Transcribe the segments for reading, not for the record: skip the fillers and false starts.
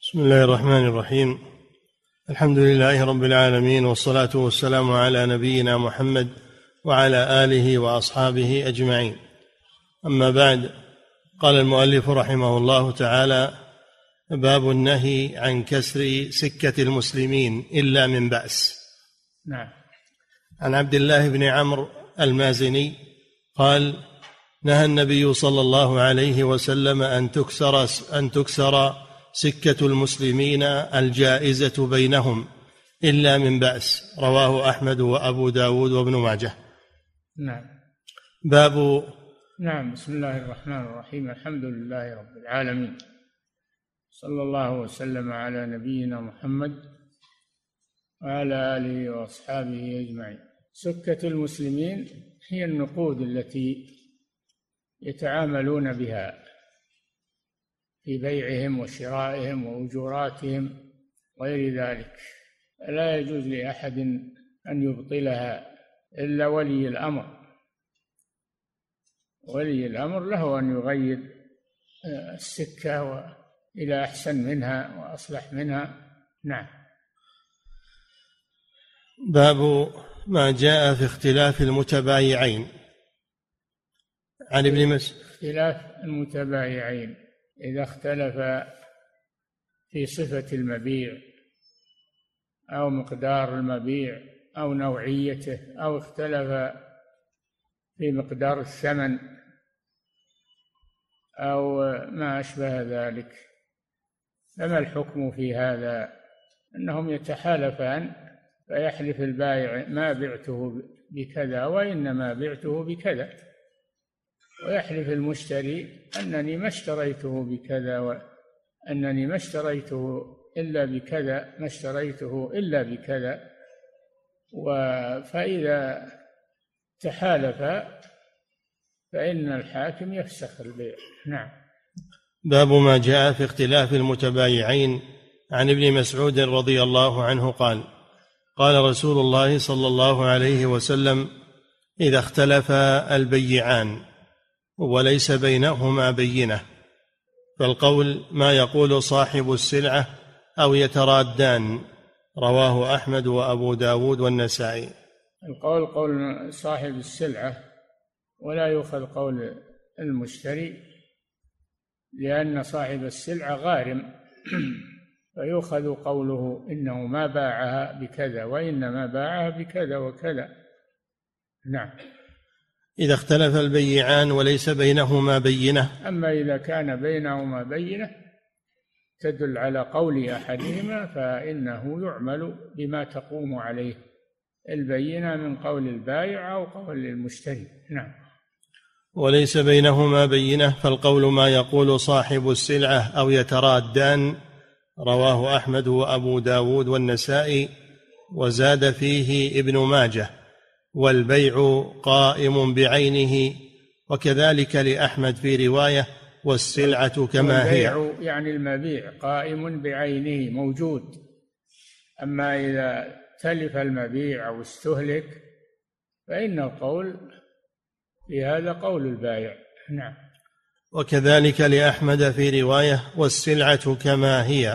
بسم الله الرحمن الرحيم. الحمد لله رب العالمين، والصلاة والسلام على نبينا محمد وعلى آله وأصحابه أجمعين. أما بعد، قال المؤلف رحمه الله تعالى: باب النهي عن كسر سكة المسلمين إلا من بأس. نعم. عن عبد الله بن عمرو المازني قال: نهى النبي صلى الله عليه وسلم أن تكسر سكة المسلمين الجائزة بينهم إلا من بأس. رواه أحمد وأبو داود وابن ماجه. نعم. باب. نعم. بسم الله الرحمن الرحيم. الحمد لله رب العالمين، صلى الله وسلم على نبينا محمد وعلى آله وأصحابه أجمعين. سكة المسلمين هي النقود التي يتعاملون بها في بيعهم وشرائهم وأجوراتهم وغير ذلك، لا يجوز لأحد أن يبطلها إلا ولي الأمر. ولي الأمر له أن يغير السكة إلى أحسن منها وأصلح منها. نعم. باب ما جاء في اختلاف المتبايعين. عن ابن مسعود: اختلاف المتبايعين إذا اختلف في صفة المبيع أو مقدار المبيع أو نوعيته، أو اختلف في مقدار الثمن أو ما أشبه ذلك، فما الحكم في هذا؟ أنهم يتحالفان، فيحلف البائع: ما بعته بكذا وإنما بعته بكذا، ويحلف المشتري: أنني ما اشتريته بكذا وأنني ما اشتريته إلا بكذا، ما اشتريته إلا بكذا. فإذا تحالف فإن الحاكم يفسخ البيع. نعم. باب ما جاء في اختلاف المتبايعين. عن ابن مسعود رضي الله عنه قال: قال رسول الله صلى الله عليه وسلم: إذا اختلف البيعان وليس بينهما بينة، فالقول ما يقول صاحب السلعة أو يترادان. رواه أحمد وأبو داود والنسائي. القول قول صاحب السلعة، ولا يؤخذ قول المشتري، لأن صاحب السلعة غارم، فيؤخذ قوله إنه ما باعها بكذا وإنما باعها بكذا وكذا. نعم. إذا اختلف البيعان وليس بينهما بينة. أما إذا كان بينهما بينة تدل على قول أحدهما فإنه يعمل بما تقوم عليه البينة من قول البائع أو قول المشتري. نعم. وليس بينهما بينة، فالقول ما يقول صاحب السلعة أو يترادان. رواه أحمد وأبو داود والنسائي. وزاد فيه ابن ماجه: والبيع قائم بعينه. وكذلك لأحمد في رواية: والسلعة كما هي. البيع يعني المبيع قائم بعينه موجود. أما إذا تلف المبيع أو استهلك فإن القول في هذا قول البائع. نعم. وكذلك لأحمد في رواية: والسلعة كما هي.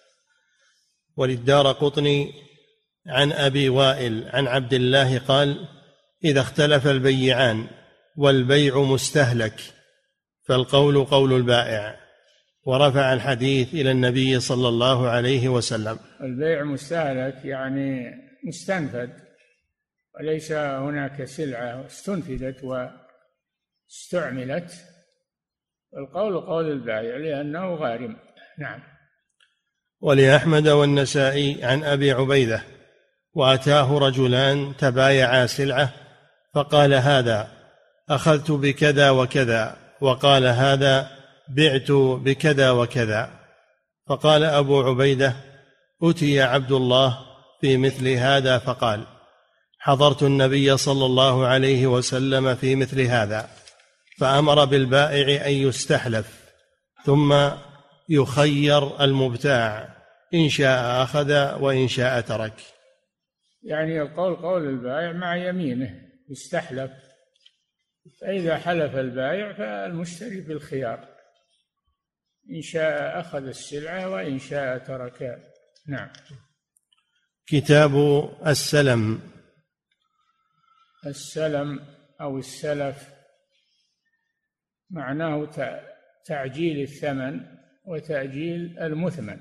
وللدارقطني عن أبي وائل عن عبد الله قال: إذا اختلف البيعان والبيع مستهلك فالقول قول البائع. ورفع الحديث إلى النبي صلى الله عليه وسلم. البيع مستهلك يعني مستنفد، وليس هناك سلعة استنفدت واستعملت، القول قول البائع لأنه غارم. نعم. ولأحمد والنسائي عن أبي عبيدة: وأتاه رجلان تبايعا سلعة، فقال هذا: أخذت بكذا وكذا، وقال هذا: بعت بكذا وكذا. فقال أبو عبيدة: أتي عبد الله في مثل هذا فقال: حضرت النبي صلى الله عليه وسلم في مثل هذا، فأمر بالبائع أن يستحلف ثم يخير المبتاع، إن شاء أخذ وإن شاء ترك. يعني القول قول البائع مع يمينه يستحلف، فإذا حلف البائع فالمشتري بالخيار، إن شاء أخذ السلعة وإن شاء تركها. نعم. كتاب السلم. السلم أو السلف معناه تعجيل الثمن وتأجيل المثمن،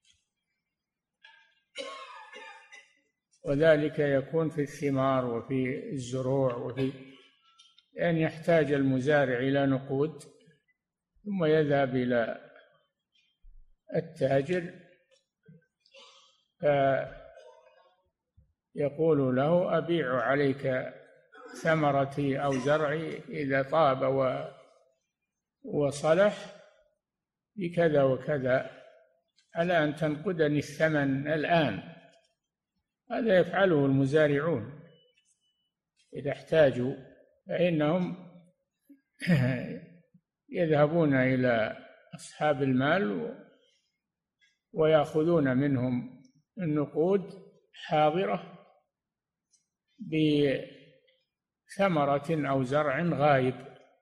وذلك يكون في الثمار وفي الزروع وفي أن يحتاج المزارع إلى نقود ثم يذهب إلى التاجر فيقول له أبيع عليك ثمرتي أو زرعي إذا طاب وصلح بكذا وكذا على أن تنقدني الثمن الآن. هذا يفعله المزارعون إذا احتاجوا، فإنهم يذهبون إلى أصحاب المال ويأخذون منهم النقود حاضرة بثمرة أو زرع غايب.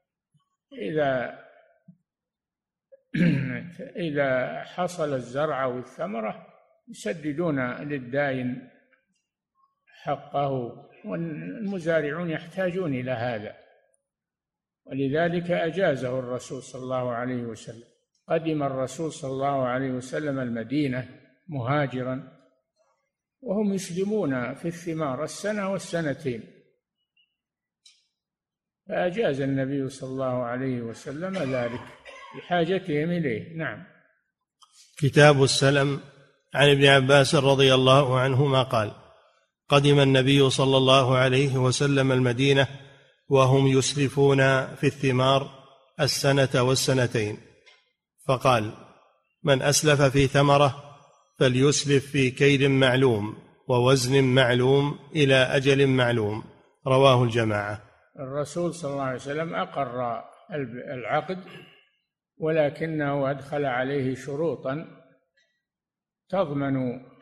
إذا حصل الزرع أو الثمرة يسددون للدائن حقه، والمزارعون يحتاجون إلى هذا، ولذلك أجازه الرسول صلى الله عليه وسلم. قدم الرسول صلى الله عليه وسلم المدينة مهاجرا وهم يسلمون في الثمار السنة والسنتين، فأجاز النبي صلى الله عليه وسلم ذلك بحاجتهم إليه. نعم. كتاب السلم. عن ابن عباس رضي الله عنهما قال: قدم النبي صلى الله عليه وسلم المدينة وهم يسلفون في الثمار السنة والسنتين، فقال: من أسلف في ثمرة فليسلف في كيل معلوم ووزن معلوم إلى أجل معلوم. رواه الجماعة. الرسول صلى الله عليه وسلم أقر العقد، ولكنه أدخل عليه شروطا تضمن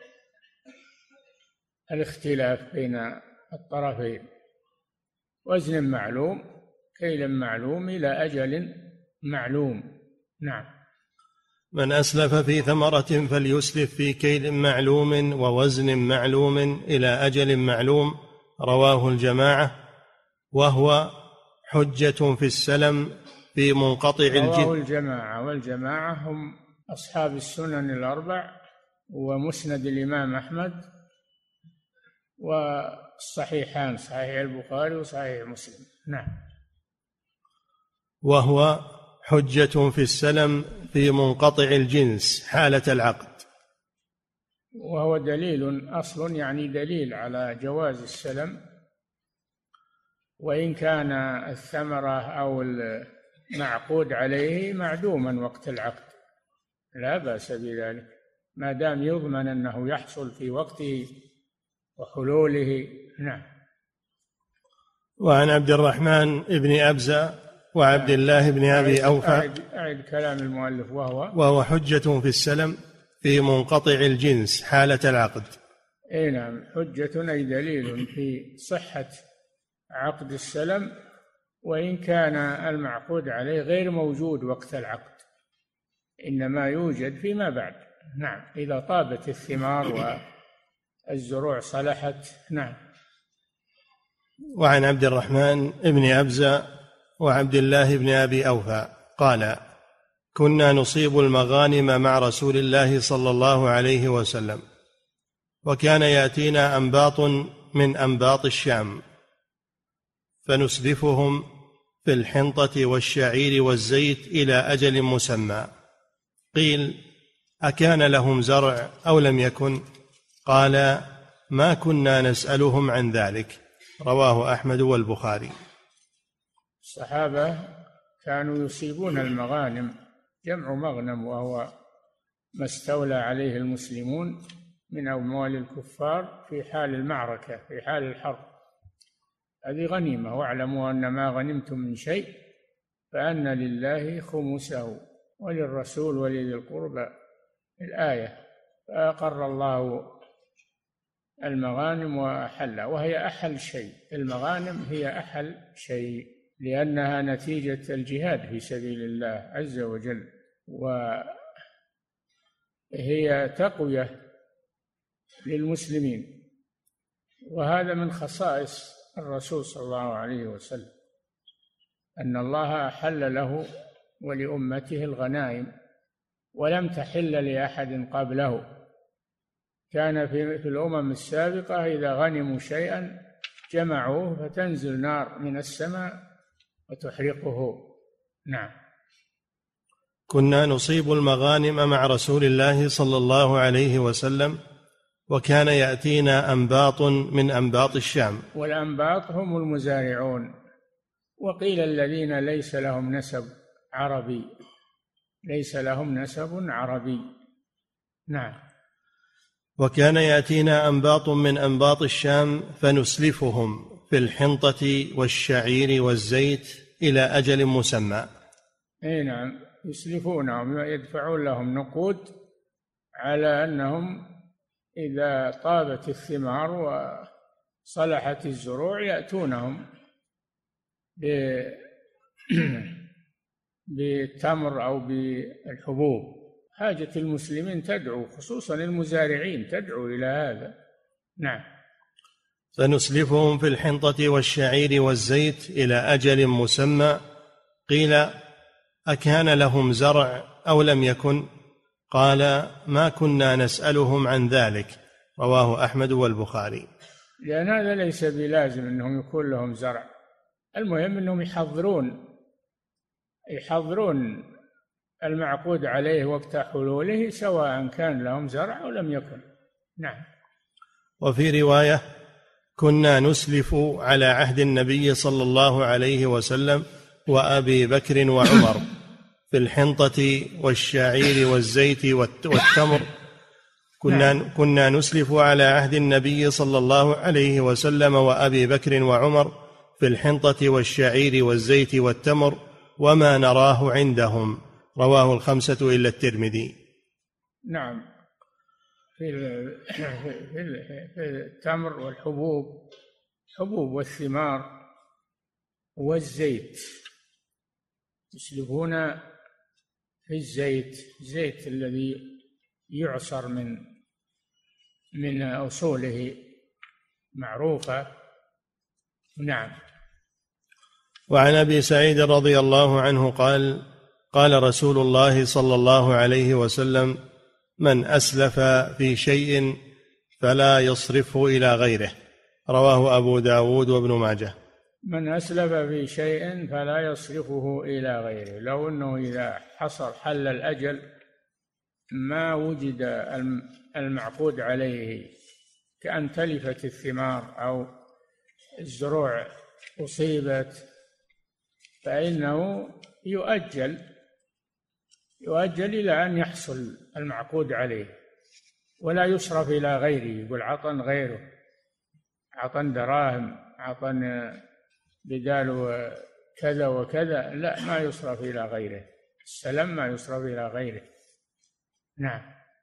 الاختلاف بين الطرفين: وزن معلوم، كيل معلوم، إلى أجل معلوم. نعم. من أسلف في ثمرة فليسلف في كيل معلوم ووزن معلوم إلى أجل معلوم. رواه الجماعة. وهو حجة في السلم في منقطع الجن. رواه الجماعة، والجماعة هم أصحاب السنن الأربع ومسند الإمام أحمد والصحيحان، صحيح البخاري وصحيح مسلم. نعم. وهو حجة في السلم في منقطع الجنس حالة العقد. وهو دليل، أصل يعني دليل على جواز السلم، وإن كان الثمرة أو المعقود عليه معدوما وقت العقد لا بأس بذلك، ما دام يضمن أنه يحصل في وقته وحلوله. نعم. وعن عبد الرحمن بن أبزة وعبد الله بن أبي أوفى. أعد كلام المؤلف. وهو حجة في السلم في منقطع الجنس حالة العقد. أي نعم، حجة أي دليل في صحة عقد السلم، وإن كان المعقود عليه غير موجود وقت العقد، إنما يوجد فيما بعد. نعم، إذا طابت الثمار والزروع صلحت. نعم. وعن عبد الرحمن بن أبزة وعبد الله بن أبي أوفى قال: كنا نصيب المغانم مع رسول الله صلى الله عليه وسلم، وكان يأتينا أنباط من أنباط الشام فنسلفهم في الحنطة والشعير والزيت إلى أجل مسمى. قيل: أكان لهم زرع أو لم يكن؟ قال: ما كنا نسألهم عن ذلك. رواه أحمد والبخاري. الصحابة كانوا يصيبون المغانم، جمع مغنم، وهو ما استولى عليه المسلمون من أموال الكفار في حال المعركة، في حال الحرب، هذه غنيمة. واعلموا أن ما غنمتم من شيء فأن لله خمسه وللرسول ولذي القربى، الآية. فأقر الله المغانم وأحلها، وهي أحل شيء. المغانم هي أحل شيء لأنها نتيجة الجهاد في سبيل الله عز وجل، وهي تقوية للمسلمين، وهذا من خصائص الرسول صلى الله عليه وسلم، أن الله أحل له ولأمته الغنائم ولم تحل لأحد قبله. كان في الأمم السابقة إذا غنموا شيئا جمعوه فتنزل نار من السماء وتحرقه. نعم. كنا نصيب المغانم مع رسول الله صلى الله عليه وسلم، وكان يأتينا أنباط من أنباط الشام. والأنباط هم المزارعون، وقيل الذين ليس لهم نسب عربي. نعم. وكان يأتينا أنباط من أنباط الشام فنسلفهم في الحنطة والشعير والزيت إلى أجل مسمى. نعم، يسلفونهم، يدفعون لهم نقود على أنهم إذا طابت الثمار وصلحت الزروع يأتونهم بالتمر أو بالحبوب. حاجة المسلمين تدعو، خصوصا المزارعين تدعو إلى هذا. نعم. فنسلفهم في الحنطة والشعير والزيت إلى أجل مسمى. قيل: أكان لهم زرع أو لم يكن؟ قال: ما كنا نسألهم عن ذلك. رواه أحمد والبخاري. لأن هذا ليس بلازم أنهم يكون لهم زرع، المهم أنهم يحضرون المعقود عليه وقت حلوله، سواء كان لهم زرع أو لم يكن. نعم. وفي رواية: كنا نسلف على عهد النبي صلى الله عليه وسلم وأبي بكر وعمر في الحنطة والشعير والزيت والتمر. كنا نسلف على عهد النبي صلى الله عليه وسلم وأبي بكر وعمر في الحنطة والشعير والزيت والتمر وما نراه عندهم. رواه الخمسة إلا الترمذي. نعم. في التمر والحبوب، الحبوب والثمار والزيت، يسلفون في الزيت الذي يعصر من أصوله معروفة. نعم. وعن أبي سعيد رضي الله عنه قال: قال رسول الله صلى الله عليه وسلم: من أسلف في شيء فلا يصرفه إلى غيره. رواه أبو داود وابن ماجه. من أسلف في شيء فلا يصرفه إلى غيره، لو أنه إذا حل الأجل ما وجد المعقود عليه، كأن تلفت الثمار أو الزروع أصيبت، فإنه يؤجل إلى أن يحصل المعقود عليه، ولا يصرف إلى غيره. يقول عطن غيره، عطن دراهم، عطن بدال كذا وكذا، لا، ما يصرف إلى غيره، السلام ما يصرف إلى غيره. نعم.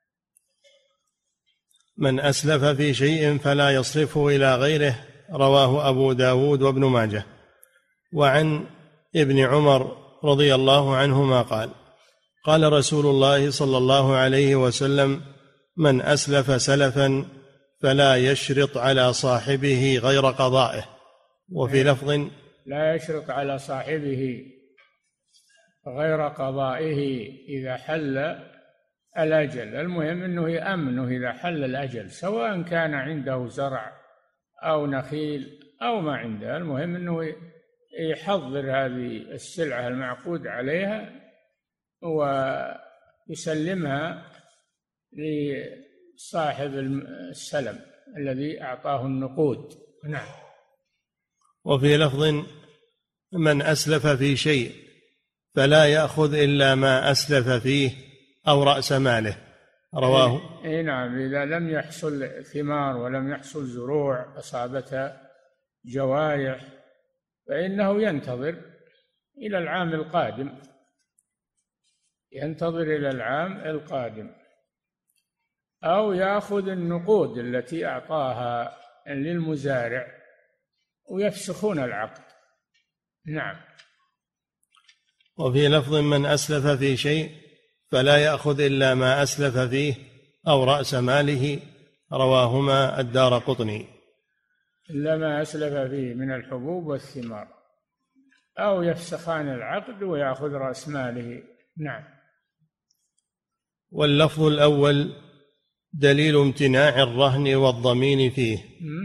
من أسلف في شيء فلا يصرفه إلى غيره. رواه أبو داود وابن ماجه. وعن ابن عمر رضي الله عنهما قال: قال رسول الله صلى الله عليه وسلم: من أسلف سلفا فلا يشرط على صاحبه غير قضائه. وفي لفظ: لا يشرط على صاحبه غير قضائه إذا حل الأجل. المهم أنه يأمنه إذا حل الأجل، سواء كان عنده زرع أو نخيل أو ما عنده، المهم أنه يحضر هذه السلعة المعقود عليها ويسلمها لصاحب السلم الذي أعطاه النقود. نعم. وفي لفظ: من أسلف في شيء فلا يأخذ إلا ما أسلف فيه أو رأس ماله. رواه. نعم. إذا لم يحصل ثمار ولم يحصل زروع أصابتها جوائح فإنه ينتظر إلى العام القادم، أو يأخذ النقود التي أعطاها للمزارع ويفسخون العقد. نعم. وفي لفظ: من أسلف في شيء فلا يأخذ إلا ما أسلف فيه أو رأس ماله، رواهما الدارقطني. إلا ما أسلف فيه من الحبوب والثمار، أو يفسخان العقد ويأخذ رأس ماله. نعم. واللفظ الأول دليل امتناع الرهن والضمين فيه.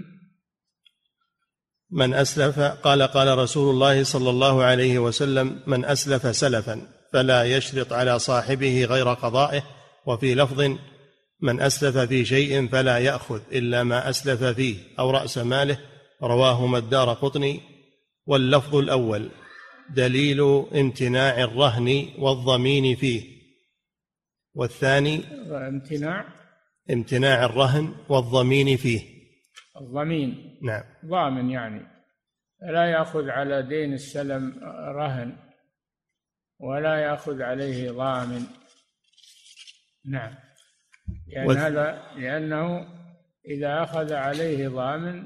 من أسلف، قال رسول الله صلى الله عليه وسلم: من أسلف سلفا فلا يشرط على صاحبه غير قضائه. وفي لفظ: من أسلف في شيء فلا يأخذ إلا ما أسلف فيه أو رأس ماله، رواهما الدارقطني. واللفظ الأول دليل امتناع الرهن والضمين فيه، والثاني امتناع الرهن والضمين فيه. الضمين نعم، ضامن، يعني لا يأخذ على دين السلم رهن ولا يأخذ عليه ضامن. نعم، يعني لأنه إذا أخذ عليه ضامن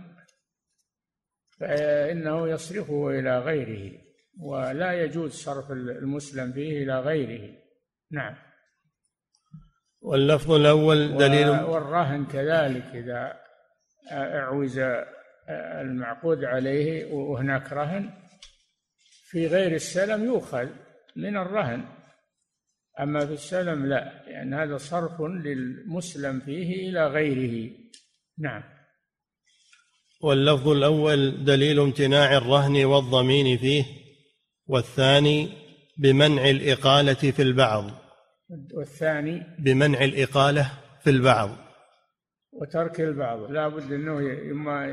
فإنه يصرفه إلى غيره، ولا يجوز صرف المسلم فيه إلى غيره. نعم. واللفظ الأول دليل. والرهن كذلك، إذا أعوز المعقود عليه وهناك رهن في غير السلم يؤخذ من الرهن، أما في السلم لا، لأن هذا صرف للمسلم فيه إلى غيره. نعم. واللفظ الأول دليل امتناع الرهن والضمين فيه، والثاني بمنع الإقالة في البعض. والثاني بمنع الإقالة في البعض وترك البعض، لا بد أنه إما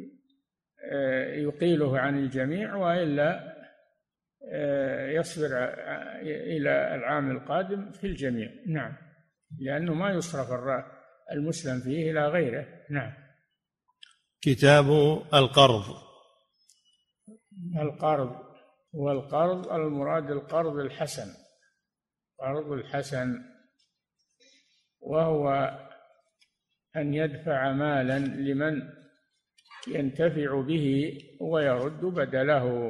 يقيله عن الجميع وإلا يصبر إلى العام القادم في الجميع. نعم، لأنه ما يصرف المسلم فيه إلى غيره. نعم. كتاب القرض. القرض والقرض المراد القرض الحسن، قرض الحسن، وهو أن يدفع مالا لمن ينتفع به ويرد بدله.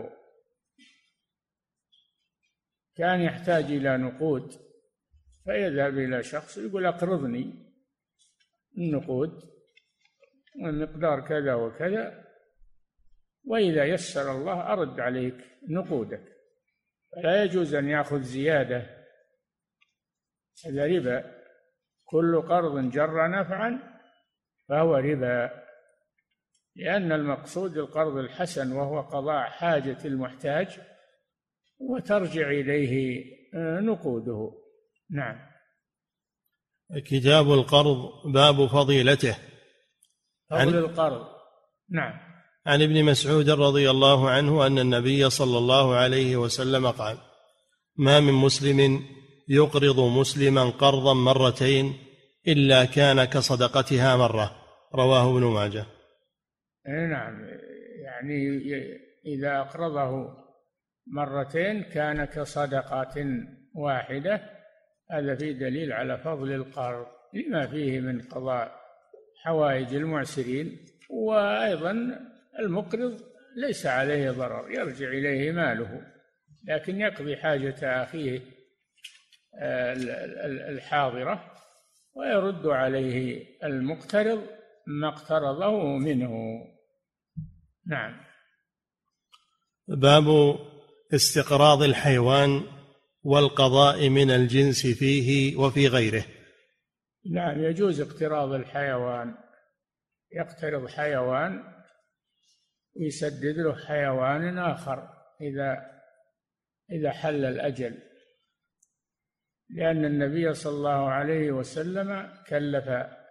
كان يحتاج إلى نقود فيذهب إلى شخص يقول: أقرضني النقود ومقدار كذا وكذا، وإذا يسر الله أرد عليك نقودك. فلا يجوز أن يأخذ زيادة، هذا ربا. كل قرض جر نفعا فهو ربا، لأن المقصود القرض الحسن، وهو قضاء حاجة المحتاج وترجع إليه نقوده. نعم. كتاب القرض، باب فضيلته. فضل القرض. نعم. عن ابن مسعود رضي الله عنه أن النبي صلى الله عليه وسلم قال: ما من مسلم يقرض مسلما قرضا مرتين إلا كان كصدقتها مرة، رواه ابن ماجه. نعم، يعني إذا أقرضه مرتين كان كصدقة واحدة. هذا فيه دليل على فضل القرض لما فيه من قضاء حوائج المعسرين، وأيضا المقرض ليس عليه ضرر، يرجع إليه ماله، لكن يقضي حاجة أخيه الحاضرة ويرد عليه المقترض ما اقترضه منه. نعم. باب استقراض الحيوان والقضاء من الجنس فيه وفي غيره. نعم، يجوز اقتراض الحيوان، يقترض حيوان ويسدد له حيوان آخر إذا حل الأجل، لأن النبي صلى الله عليه وسلم كلف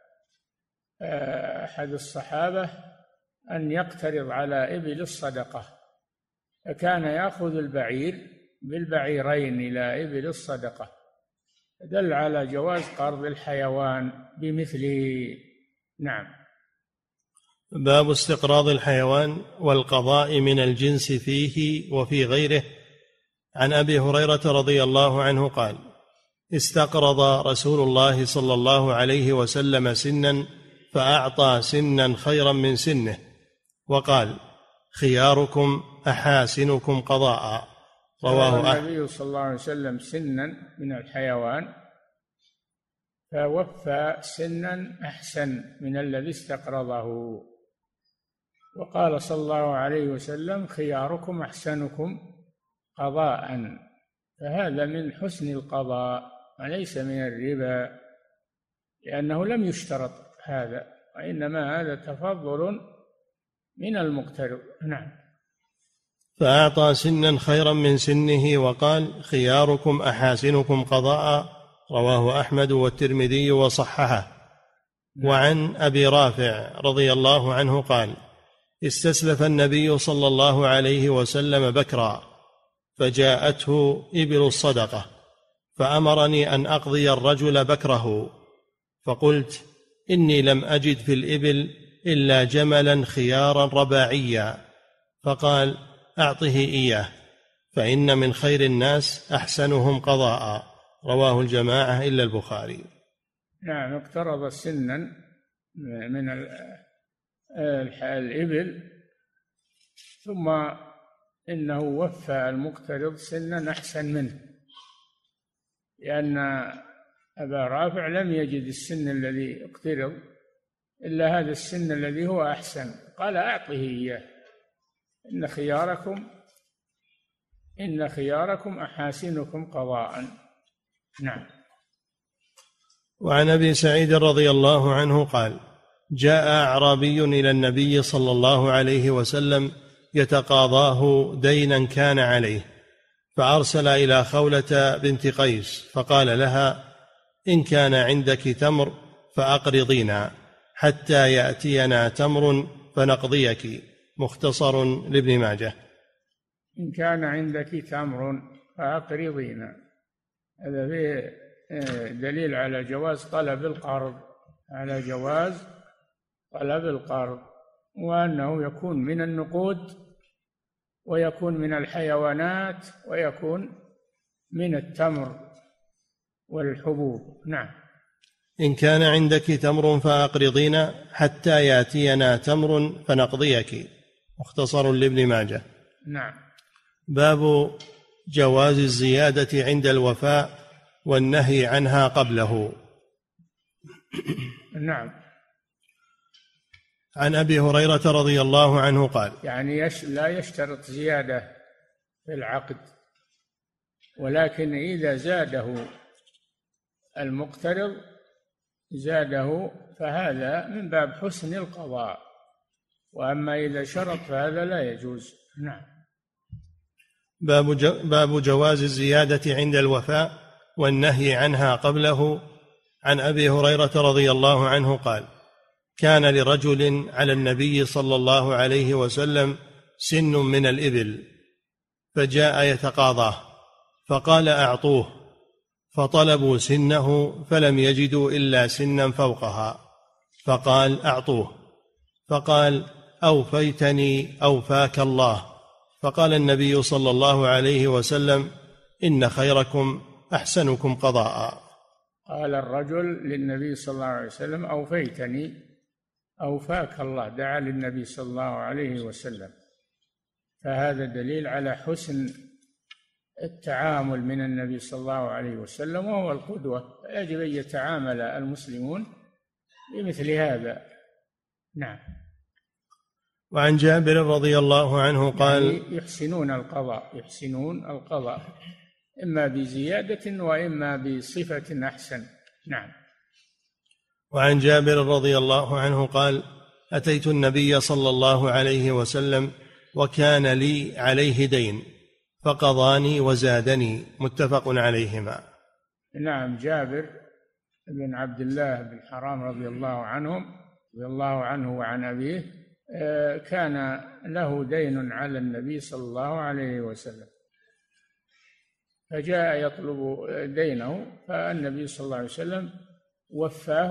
أحد الصحابة أن يقترض على إبل الصدقة، فكان يأخذ البعير بالبعيرين إلى إبل الصدقة، دل على جواز قرض الحيوان بمثله. نعم. باب استقراض الحيوان والقضاء من الجنس فيه وفي غيره. عن أبي هريرة رضي الله عنه قال: استقرض رسول الله صلى الله عليه وسلم سنا فأعطى سنا خيرا من سنه، وقال: خياركم أحاسنكم قضاء، رواه النبي صلى الله عليه وسلم سنا من الحيوان فوفى سنا أحسن من الذي استقرضه. وقال صلى الله عليه وسلم: خياركم أحسنكم قضاء. فهذا من حسن القضاء وليس من الربا، لأنه لم يشترط هذا، وإنما هذا تفضل من المقترض. نعم. فأعطى سنا خيرا من سنه وقال: خياركم أحاسنكم قضاء. رواه أحمد والترمذي وصححه. وعن أبي رافع رضي الله عنه قال: استسلف النبي صلى الله عليه وسلم بكرا، فجاءته إبل الصدقة، فأمرني أن أقضي الرجل بكره، فقلت: إني لم أجد في الإبل إلا جملا خيارا رباعيا. فقال: أعطه إياه، فإن من خير الناس أحسنهم قضاء. رواه الجماعة إلا البخاري. نعم، اقترض سنا من الإبل، ثم إنه وفى المقترض سنا أحسن منه، لأن أبا رافع لم يجد السن الذي اقترض إلا هذا السن الذي هو أحسن. قال: أعطه إياه، إن خياركم أحاسنكم قضاء. نعم. وعن أبي سعيد رضي الله عنه قال: جاء أعرابي إلى النبي صلى الله عليه وسلم يتقاضاه دينا كان عليه، فأرسل إلى خولة بنت قيس فقال لها: إن كان عندك تمر فأقرضينا حتى يأتينا تمر فنقضيك. مختصر لابن ماجه. إن كان عندك تمر فأقرضينا، هذا فيه دليل على جواز طلب القرض، وأنه يكون من النقود، ويكون من الحيوانات، ويكون من التمر والحبوب. نعم. إن كان عندك تمر فأقرضينا حتى يأتينا تمر فنقضيك. مختصر لابن ماجه. نعم. باب جواز الزيادة عند الوفاء والنهي عنها قبله. نعم. عن أبي هريرة رضي الله عنه قال: يعني لا يشترط زيادة في العقد، ولكن إذا زاده المقترض فهذا من باب حسن القضاء، وأما إذا شرط فهذا لا يجوز. نعم. باب جواز الزيادة عند الوفاء والنهي عنها قبله. عن أبي هريرة رضي الله عنه قال: كان لرجل على النبي صلى الله عليه وسلم سن من الإبل، فجاء يتقاضاه، فقال: أعطوه، فطلبوا سنه فلم يجدوا إلا سنا فوقها، فقال: أعطوه، فقال: أوفيتني أوفاك الله. فقال النبي صلى الله عليه وسلم: إن خيركم أحسنكم قضاء. قال الرجل للنبي صلى الله عليه وسلم: أوفيتني أوفاك الله، دعا للنبي صلى الله عليه وسلم. فهذا دليل على حسن التعامل من النبي صلى الله عليه وسلم، وهو القدوة، يجب أن يتعامل المسلمون بمثل هذا. نعم. وعن جابر رضي الله عنه قال: يعني يحسنون القضاء إما بزيادة وإما بصفة أحسن. نعم. وعن جابر رضي الله عنه قال: أتيت النبي صلى الله عليه وسلم وكان لي عليه دين، فقضاني وزادني. متفق عليهما. نعم. جابر بن عبد الله بن حرام رضي الله عنه وعن أبيه كان له دين على النبي صلى الله عليه وسلم، فجاء يطلب دينه، فالنبي صلى الله عليه وسلم وفاه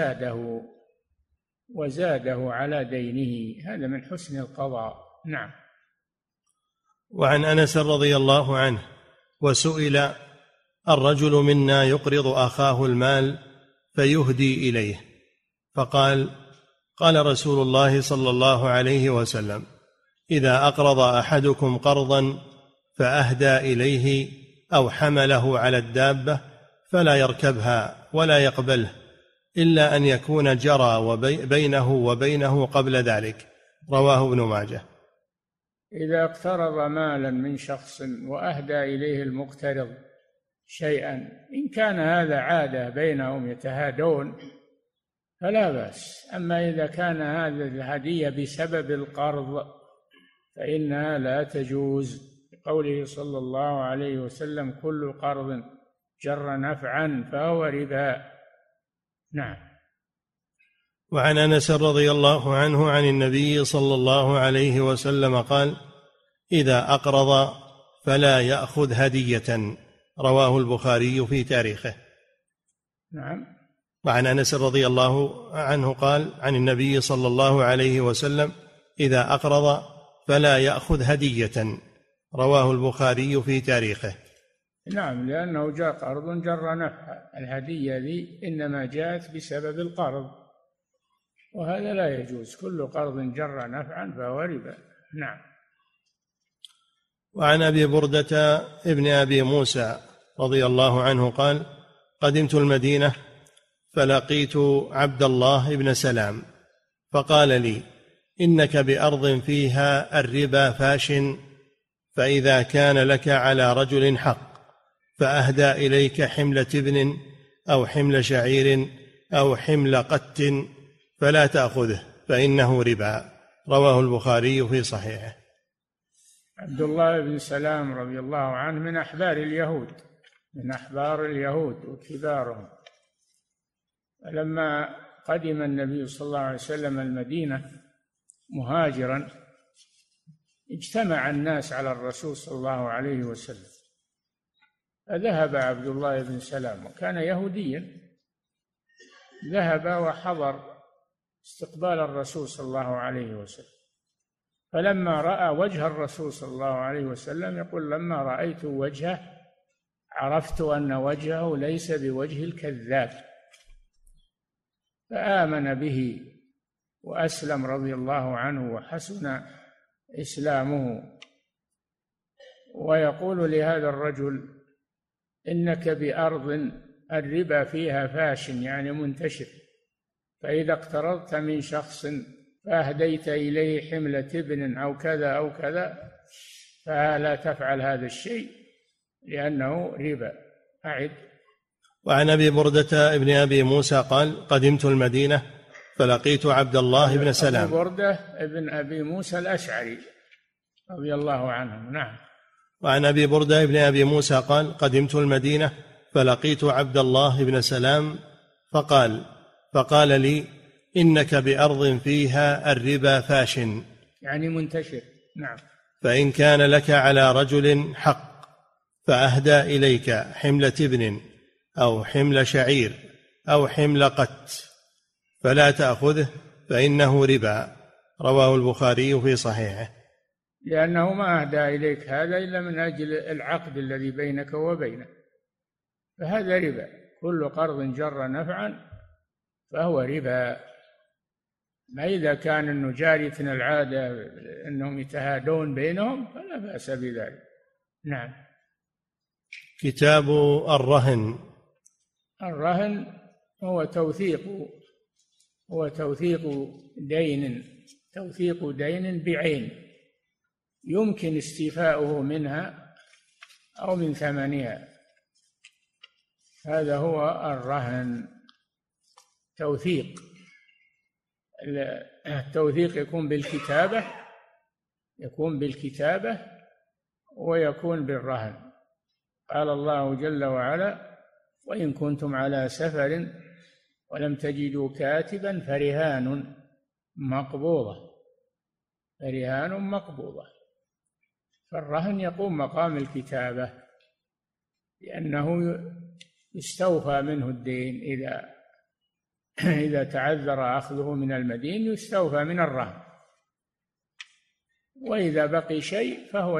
وزاده على دينه. هذا من حسن القضاء. نعم. وعن أنس رضي الله عنه: وسئل: الرجل منا يقرض أخاه المال فيهدي إليه، فقال: قال رسول الله صلى الله عليه وسلم: إذا أقرض أحدكم قرضا فأهدى إليه أو حمله على الدابة فلا يركبها ولا يقبله إلا أن يكون جرى بينه وبينه قبل ذلك. رواه ابن ماجه. إذا اقترض مالا من شخص وأهدى إليه المقترض شيئا، إن كان هذا عادة بينهم يتهادون فلا بأس. أما إذا كان هذا الهدية بسبب القرض فإنها لا تجوز، قوله صلى الله عليه وسلم: كل قرض جر نفعا فهو ربا. نعم. وعن أنس رضي الله عنه عن النبي صلى الله عليه وسلم قال: إذا أقرض فلا يأخذ هدية. رواه البخاري في تاريخه. نعم. وعن أنس رضي الله عنه قال عن النبي صلى الله عليه وسلم: إذا أقرض فلا يأخذ هدية. رواه البخاري في تاريخه. نعم، لأنه جاء قرض جر نفع، الهدية ذي إنما جاءت بسبب القرض، وهذا لا يجوز. كل قرض جر نفعا فهو ربا. نعم. وعن أبي بردة ابن أبي موسى رضي الله عنه قال: قدمت المدينة فلقيت عبد الله بن سلام فقال لي: إنك بأرض فيها الربا فاش، فإذا كان لك على رجل حق فأهدى إليك حمل تبن أو حمل شعير أو حمل قت فلا تأخذه فإنه ربا. رواه البخاري في صحيحه. عبد الله بن سلام رضي الله عنه من أحبار اليهود، من أحبار اليهود وكبارهم. لما قدم النبي صلى الله عليه وسلم المدينة مهاجرا اجتمع الناس على الرسول صلى الله عليه وسلم، فذهب عبد الله بن سلام وكان يهوديا، ذهب وحضر استقبال الرسول صلى الله عليه وسلم. فلما رأى وجه الرسول صلى الله عليه وسلم يقول: لما رأيت وجهه عرفت أن وجهه ليس بوجه الكذاب، فآمن به وأسلم رضي الله عنه وحسن إسلامه. ويقول لهذا الرجل: إنك بأرض الربا فيها فاش، يعني منتشر، فإذا اقترضت من شخص فأهديت إليه حمل تبن أو كذا أو كذا فلا تفعل هذا الشيء لأنه ربا. أعد. وعن أبي بردة ابن أبي موسى قال: قدمت المدينة فلقيت عبد الله بن سلام. أبو بردة ابن أبي موسى الأشعري رضي الله عنه. نعم. وعن أبي بردة ابن أبي موسى قال: قدمت المدينة فلقيت عبد الله بن سلام فقال لي: إنك بأرض فيها الربا فاش، يعني منتشر. نعم. فإن كان لك على رجل حق فأهدى إليك حمل تبن أو حمل شعير أو حمل قت فلا تأخذه فإنه ربا. رواه البخاري في صحيحه. لأنه ما أهدى إليك هذا إلا من أجل العقد الذي بينك وبينه، فهذا ربا. كل قرض جر نفعا فهو ربا. ما إذا كان أنه جارية العادة أنهم يتهادون بينهم فلا بأس بذلك. نعم. كتاب الرهن. الرهن هو توثيق دين بعين يمكن استيفاؤه منها أو من ثمنها، هذا هو الرهن. التوثيق يكون بالكتابة ويكون بالرهن. قال الله جل وعلا: وإن كنتم على سفر ولم تجدوا كاتبا فرهان مقبوضة. فالرهن يقوم مقام الكتابة لأنه يستوفى منه الدين، إذا تعذر أخذه من المدين يستوفى من الرهن، وإذا بقي شيء فهو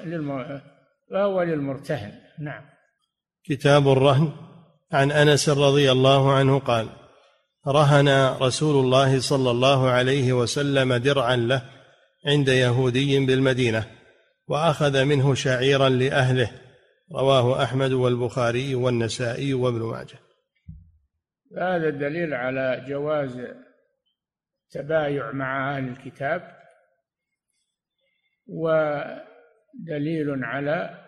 للمرتهن. نعم. كتاب الرهن. عن أنس رضي الله عنه قال: رهن رسول الله صلى الله عليه وسلم درعا له عند يهودي بالمدينة وأخذ منه شعيرا لأهله. رواه أحمد والبخاري والنسائي وابن ماجه. هذا دليل على جواز التبايع مع أهل الكتاب، ودليل على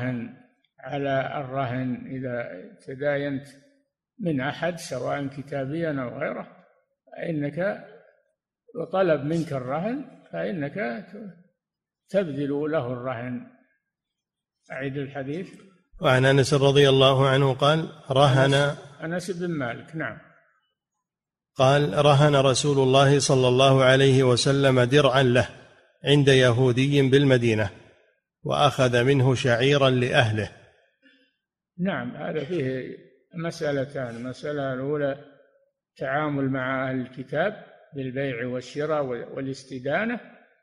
الرهن إذا تداينت من أحد سواء كتابيا أو غيره، فإنك وطلب منك الرهن فإنك تبذل له الرهن. أعيد الحديث. وعن أنس رضي الله عنه قال رهن أنس بن مالك، نعم، قال رهن رسول الله صلى الله عليه وسلم درعا له عند يهودي بالمدينة وأخذ منه شعيرا لأهله. نعم، هذا فيه مسألتان: المسألة الأولى التعامل مع أهل الكتاب بالبيع والشراء والاستدانة،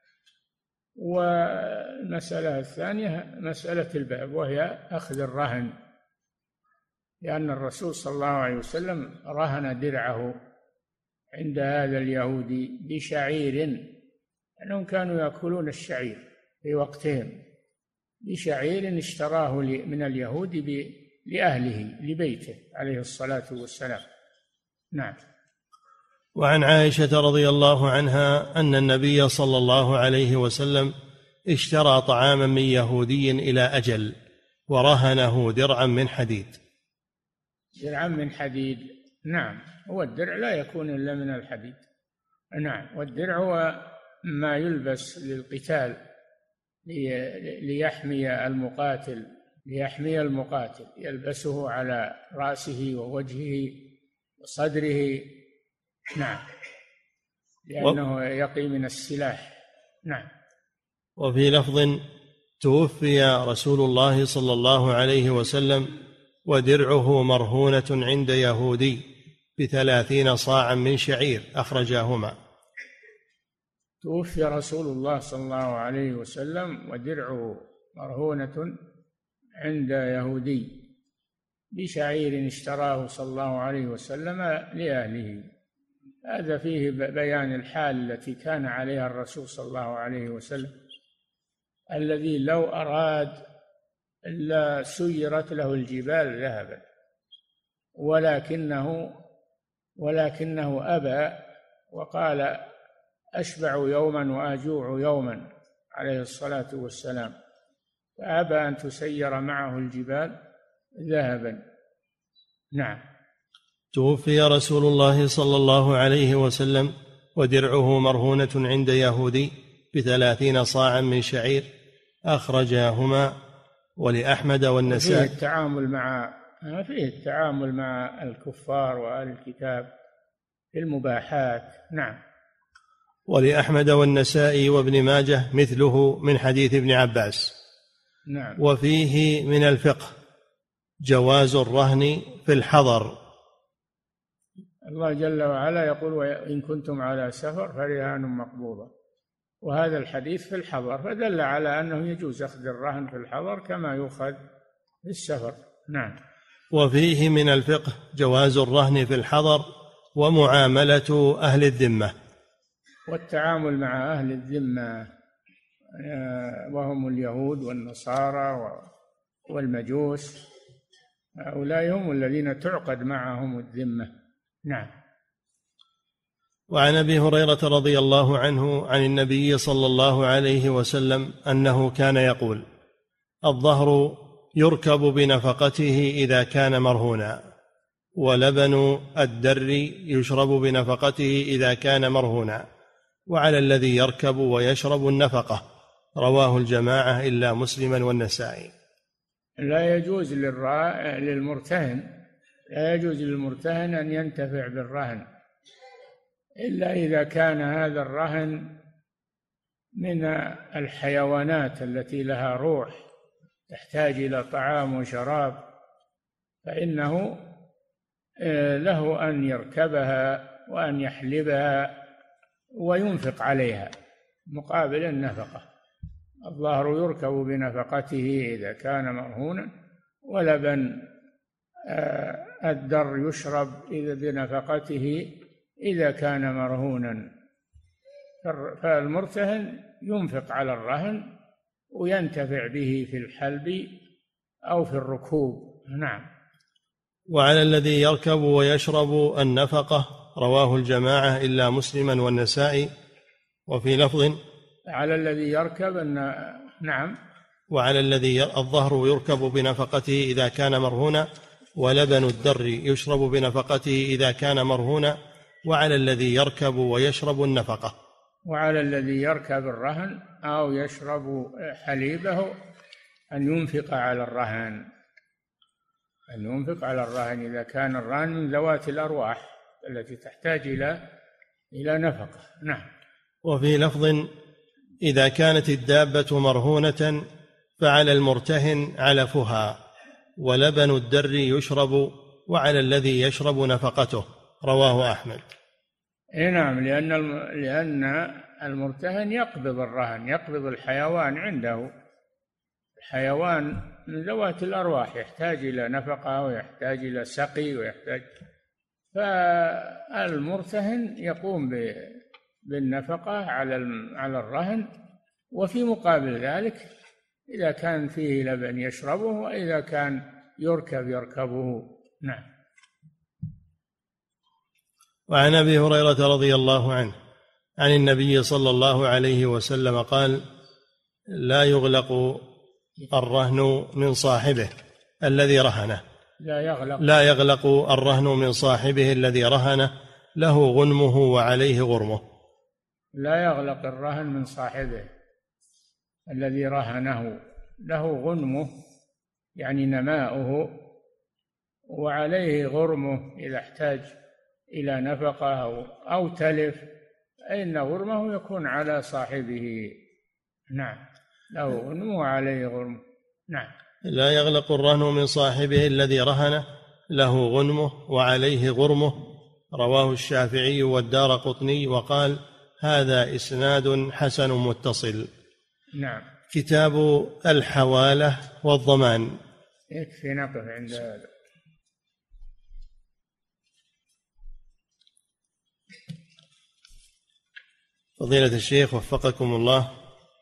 والمسألة الثانية مسألة الباب وهي أخذ الرهن، لأن الرسول صلى الله عليه وسلم رهن درعه عند هذا اليهودي بشعير، أنهم كانوا يأكلون الشعير في وقتهم، بشعير اشتراه من اليهود لأهله لبيته عليه الصلاة والسلام. نعم. وعن عائشة رضي الله عنها أن النبي صلى الله عليه وسلم اشترى طعاما من يهودي إلى أجل ورهنه درعا من حديد. درعا من حديد، نعم، هو الدرع لا يكون إلا من الحديد. نعم، والدرع هو ما يلبس للقتال ليحمي المقاتل، يلبسه على رأسه ووجهه وصدره، نعم، لأنه يقي من السلاح. نعم. وفي لفظ توفي رسول الله صلى الله عليه وسلم ودرعه مرهونة عند يهودي ب30 صاعا من شعير، أخرجاهما. توفي رسول الله صلى الله عليه وسلم ودرعه مرهونة عند يهودي بشعير اشتراه صلى الله عليه وسلم لأهله. هذا فيه بيان الحال التي كان عليها الرسول صلى الله عليه وسلم، الذي لو أراد لا سيرت له الجبال ذهبا، ولكنه أبى وقال أشبع يوما وأجوع يوما عليه الصلاة والسلام، فأبى أن تسير معه الجبال ذهبا. نعم. توفي رسول الله صلى الله عليه وسلم ودرعه مرهونة عند يهودي ب30 صاعا من شعير، أخرجاهما ولأحمد والنسائي. فيه التعامل مع الكفار وأهل الكتاب في المباحات. نعم. ولأحمد والنسائي وابن ماجه مثله من حديث ابن عباس. نعم. وفيه من الفقه جواز الرهن في الحضر. الله جل وعلا يقول وإن كنتم على سفر فرهان مقبوضة، وهذا الحديث في الحضر، فدل على أنه يجوز أخذ الرهن في الحضر كما يؤخذ في السفر. نعم. وفيه من الفقه جواز الرهن في الحضر ومعاملة أهل الذمة، والتعامل مع أهل الذمة وهم اليهود والنصارى والمجوس، هؤلاء هم الذين تعقد معهم الذمة. نعم. وعن أبي هريرة رضي الله عنه عن النبي صلى الله عليه وسلم أنه كان يقول الظهر يركب بنفقته إذا كان مرهونا، ولبن الدر يشرب بنفقته إذا كان مرهونا، وعلى الذي يركب ويشرب النفقة. رواه الجماعة إلا مسلما والنسائي. لا يجوز للمرتهن أن ينتفع بالرهن إلا إذا كان هذا الرهن من الحيوانات التي لها روح تحتاج إلى طعام وشراب، فإنه له أن يركبها وأن يحلبها وينفق عليها مقابل النفقة. الظهر يركب بنفقته إذا كان مرهونا، ولبن الدر يشرب بنفقته إذا كان مرهونا. فالمرتهن ينفق على الرهن وينتفع به في الحلب أو في الركوب. نعم. وعلى الذي يركب ويشرب النفقة، رواه الجماعة إلا مسلما والنسائي. وفي لفظ على الذي يركب نعم. وعلى الذي الظهر يركب بنفقته إذا كان مرهونا، ولبن الدر يشرب بنفقته إذا كان مرهونا، وعلى الذي يركب ويشرب النفقة. وعلى الذي يركب الرهن أو يشرب حليبه أن ينفق على الرهن، أن ينفق على الرهن إذا كان الرهن من ذوات الأرواح التي تحتاج إلى نفقة. نعم. وفي لفظ إذا كانت الدابة مرهونة فعلى المرتهن علفها، ولبن الدر يشرب، وعلى الذي يشرب نفقته، رواه أحمد. نعم، لأن المرتهن يقبض الرهن، يقبض الحيوان عنده. الحيوان من ذوات الأرواح، يحتاج إلى نفقة ويحتاج إلى سقي فالمرتهن يقوم بالنفقة على الرهن، وفي مقابل ذلك إذا كان فيه لبن يشربه، وإذا كان يركبه. نعم. وعن أبي هريرة رضي الله عنه عن النبي صلى الله عليه وسلم قال: لا يغلق الرهن من صاحبه الذي رهنه، لا يغلق الرهن من صاحبه الذي رهنه، له غنمه وعليه غرمه. لا يغلق الرهن من صاحبه الذي رهنه، له غنمه يعني نماؤه، وعليه غرمه إذا احتاج إلى نفقة أو تلف، فإن غرمه يكون على صاحبه. نعم، له غنمه وعليه غرمه. نعم. لا يغلق الرهن من صاحبه الذي رهنه، له غنمه وعليه غرمه، رواه الشافعي والدارقطني، وقال: هذا إسناد حسن متصل. نعم. كتاب الحوالة والضمان. يكفي نقف عند هذا. فضيلة الشيخ وفقكم الله،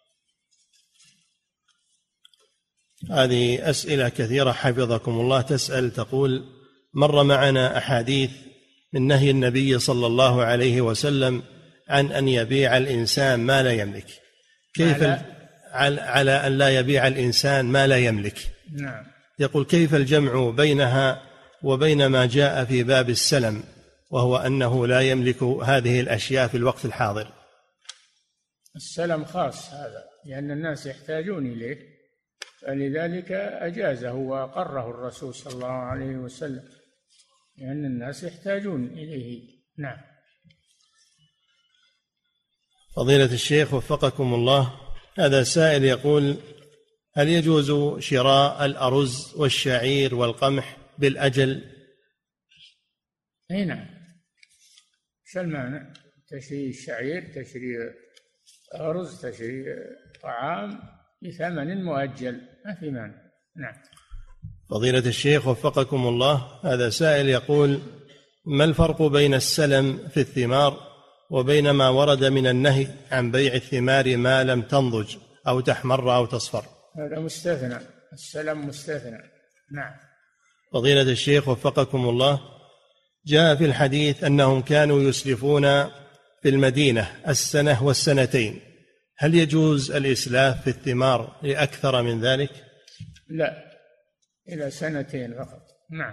هذه أسئلة كثيرة حفظكم الله. تسأل تقول: مر معنا أحاديث من نهي النبي صلى الله عليه وسلم عن أن يبيع الإنسان ما لا يملك، كيف على أن لا يبيع الإنسان ما لا يملك؟ نعم. يقول: كيف الجمع بينها وبين ما جاء في باب السلم، وهو أنه لا يملك هذه الأشياء في الوقت الحاضر؟ السلم خاص هذا، لأن الناس يحتاجون إليه، فلذلك أجازه وأقره الرسول صلى الله عليه وسلم، لأن الناس يحتاجون إليه. نعم. فضيلة الشيخ وفقكم الله، هذا سائل يقول: هل يجوز شراء الأرز والشعير والقمح بالأجل؟ أي نعم، شو المانع؟ تشري الشعير، تشري أرز، تشري طعام بثمن مؤجل، ما في مانع. نعم. فضيلة الشيخ وفقكم الله، هذا سائل يقول: ما الفرق بين السلم في الثمار وبين ما ورد من النهي عن بيع الثمار ما لم تنضج أو تحمر أو تصفر؟ هذا مستثنى، السلم مستثنى. نعم. فضيلة الشيخ وفقكم الله، جاء في الحديث أنهم كانوا يسلفون في المدينة السنة والسنتين، هل يجوز الإسلاف في الثمار لأكثر من ذلك؟ لا، إلى سنتين فقط. نعم.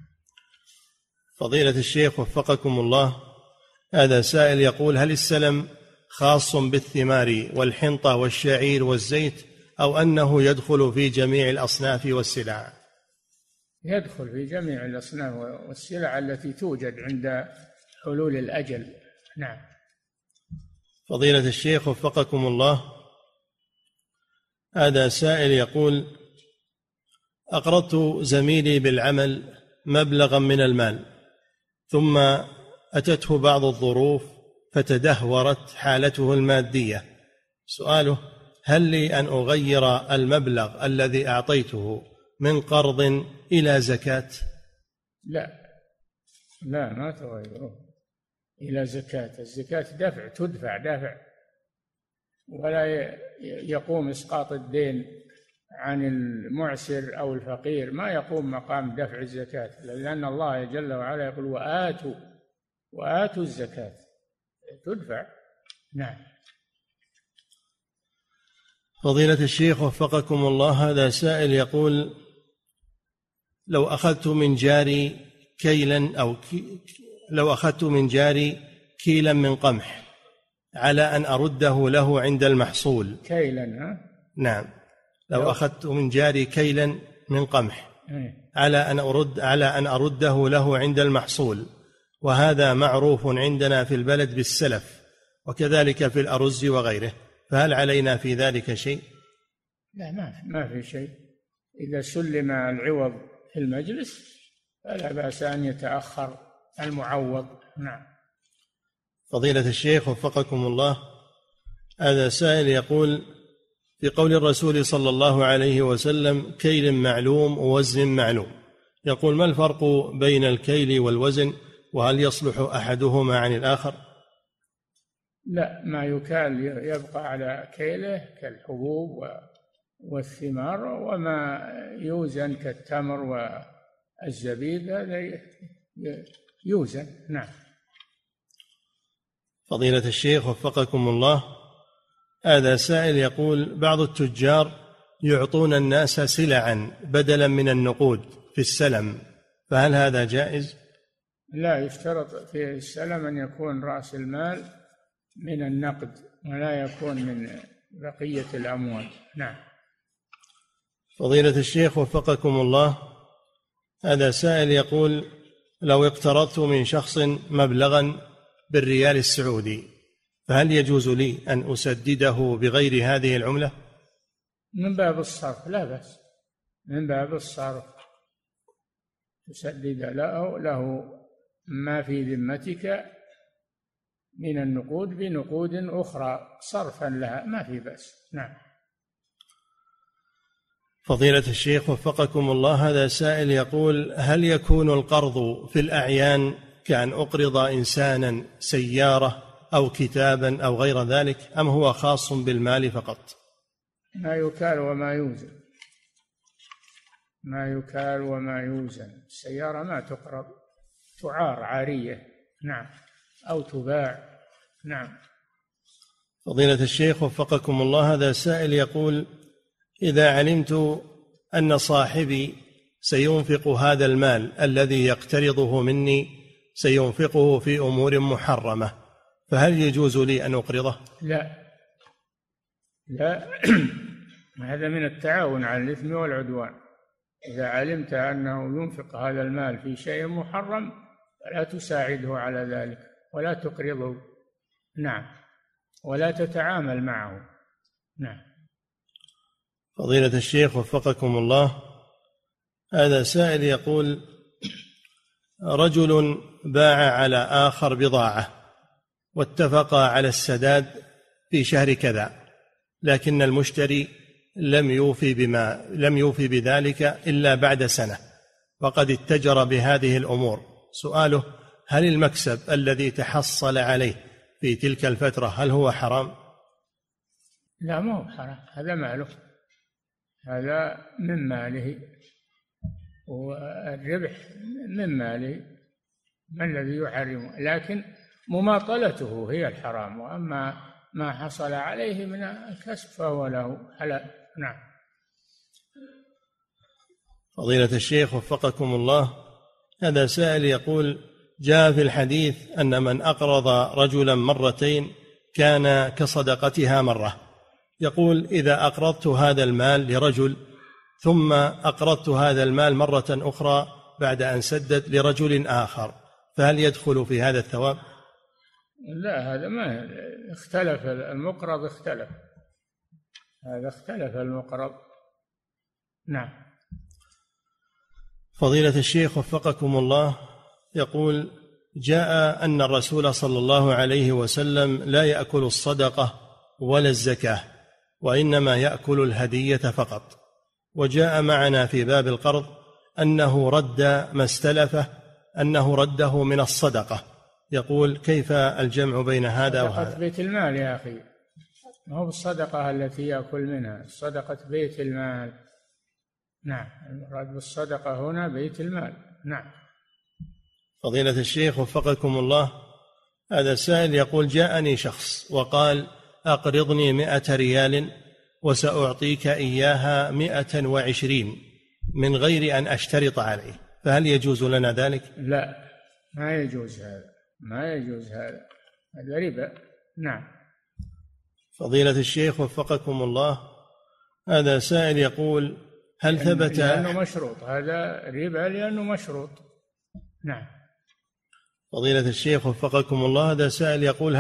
فضيلة الشيخ وفقكم الله، هذا سائل يقول: هل السلم خاص بالثمار والحنطة والشعير والزيت، أو أنه يدخل في جميع الأصناف والسلع؟ يدخل في جميع الأصناف والسلع التي توجد عند حلول الأجل. نعم. فضيلة الشيخ وفقكم الله، هذا سائل يقول: أقرضت زميلي بالعمل مبلغا من المال، ثم أتته بعض الظروف فتدهورت حالته المادية. سؤاله: هل لي أن أغير المبلغ الذي أعطيته من قرض إلى زكاة؟ لا، ما تغيره إلى زكاة. الزكاة تدفع، ولا يقوم إسقاط الدين عن المعسر أو الفقير ما يقوم مقام دفع الزكاة، لأن الله جل وعلا يقول وآتوا الزكاة تدفع. نعم. فضيلة الشيخ وفقكم الله، هذا سائل يقول: لو أخذت من جاري كيلا من قمح على أن أرده له عند المحصول. كيلا؟ نعم. لو أخذت من جاري كيلا من قمح على أن أرده له عند المحصول، وهذا معروف عندنا في البلد بالسلف، وكذلك في الأرز وغيره، فهل علينا في ذلك شيء؟ لا، ما في شيء. إذا سلم العوض في المجلس فلا بأس أن يتأخر المعوض. نعم. فضيلة الشيخ وفقكم الله، هذا سائل يقول: في قول الرسول صلى الله عليه وسلم كيل معلوم ووزن معلوم، يقول: ما الفرق بين الكيل والوزن، وهل يصلح أحدهما عن الآخر؟ لا، ما يكال يبقى على كيله كالحبوب والثمار، وما يوزن كالتمر والزبيب هذا يوزن. نعم. فضيلة الشيخ وفقكم الله، هذا سائل يقول: بعض التجار يعطون الناس سلعا بدلا من النقود في السلم، فهل هذا جائز؟ لا، يشترط في السلم أن يكون رأس المال من النقد ولا يكون من بقية الأموال. نعم. فضيلة الشيخ وفقكم الله، هذا سائل يقول: لو اقترضت من شخص مبلغا بالريال السعودي، فهل يجوز لي أن أسدده بغير هذه العملة؟ من باب الصرف لا بأس، من باب الصرف تسدد له ما في ذمتك من النقود بنقود أخرى صرفا لها، ما في بأس. نعم. فضيلة الشيخ وفقكم الله، هذا سائل يقول: هل يكون القرض في الأعيان كأن أقرض إنسانا سيارة أو كتابا أو غير ذلك، أم هو خاص بالمال فقط؟ ما يكال وما يوزن، ما يكال وما يوزن. السيارة ما تقرض، تعار عارية. نعم. أو تباع. نعم. فضيلة الشيخ وفقكم الله، هذا سائل يقول: إذا علمت أن صاحبي سينفق هذا المال الذي يقترضه مني سينفقه في أمور محرمة، فهل يجوز لي أن أقرضه؟ لا هذا من التعاون على الإثم والعدوان. إذا علمت أنه ينفق هذا المال في شيء محرم فلا تساعده على ذلك ولا تقرضه. نعم. ولا تتعامل معه. نعم. فضيلة الشيخ وفقكم الله، هذا سائل يقول: رجل باع على آخر بضاعة واتفقا على السداد في شهر كذا، لكن المشتري لم يوفي بذلك إلا بعد سنة، وقد اتجر بهذه الأمور. سؤاله: هل المكسب الذي تحصل عليه في تلك الفترة هل هو حرام؟ لا، ما هو حرام، هذا ماله، هذا من ماله، والربح من ماله، ما الذي يحرمه؟ لكن مماطلته هي الحرام، وأما ما حصل عليه من الكسب فهو له حلال. نعم. فضيلة الشيخ وفقكم الله، هذا سائل يقول: جاء في الحديث أن من أقرض رجلا مرتين كان كصدقتها مرة. يقول: إذا أقرضت هذا المال لرجل ثم أقرضت هذا المال مرة أخرى بعد أن سدد لرجل آخر، فهل يدخل في هذا الثواب؟ لا، هذا ما اختلف، المقرض اختلف، هذا اختلف المقرض. نعم. فضيلة الشيخ وفقكم الله، يقول: جاء أن الرسول صلى الله عليه وسلم لا يأكل الصدقة ولا الزكاة، وإنما يأكل الهدية فقط، وجاء معنا في باب القرض أنه رد ما استلفه، أنه رده من الصدقة. يقول: كيف الجمع بين هذا وهذا؟ صدقة بيت المال يا أخي، ما هو الصدقة التي يأكل منها، صدقة بيت المال. نعم، المراد بالصدقة هنا بيت المال. نعم. فضيلة الشيخ وفقكم الله، هذا سائل يقول: جاءني شخص وقال: أقرضني 100 ريال وسأعطيك إياها 120 من غير أن أشترط عليه، فهل يجوز لنا ذلك؟ لا، ما يجوز هذا، ما يجوز هذا ربا. نعم. فضيلة الشيخ وفقكم الله، هذا سائل يقول: هل ثبت؟ لأنه مشروط، هذا ربا لأنه مشروط. نعم. فضيلة الشيخ وفقكم الله، هذا سائل يقول: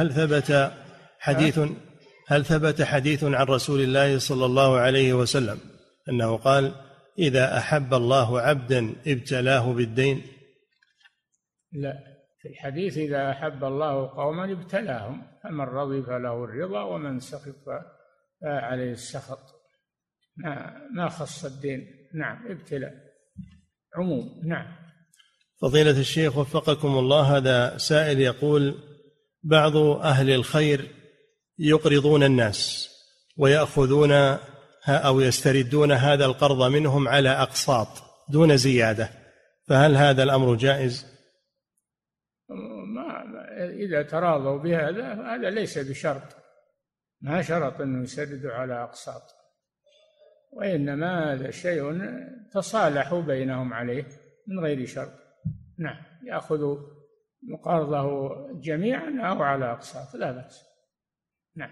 هل ثبت حديث عن رسول الله صلى الله عليه وسلم أنه قال: إذا أحب الله عبدا ابتلاه بالدين؟ لا، في الحديث: إذا أحب الله قوما ابتلاهم، فمن رضي فله الرضا ومن سخط فعليه السخط. ما خص الدين. نعم، ابتلاء عموم. نعم. فضيلة الشيخ وفقكم الله، هذا سائل يقول: بعض أهل الخير يقرضون الناس ويأخذون أو يستردون هذا القرض منهم على أقساط دون زيادة، فهل هذا الأمر جائز؟ إذا تراضوا بهذا هذا ليس بشرط، ما شرط أنه يسددوا على أقساط، وإنما هذا شيء تصالحوا بينهم عليه من غير شرط. نعم، يأخذوا قرضه جميعا أو على أقساط، لا بأس. نعم.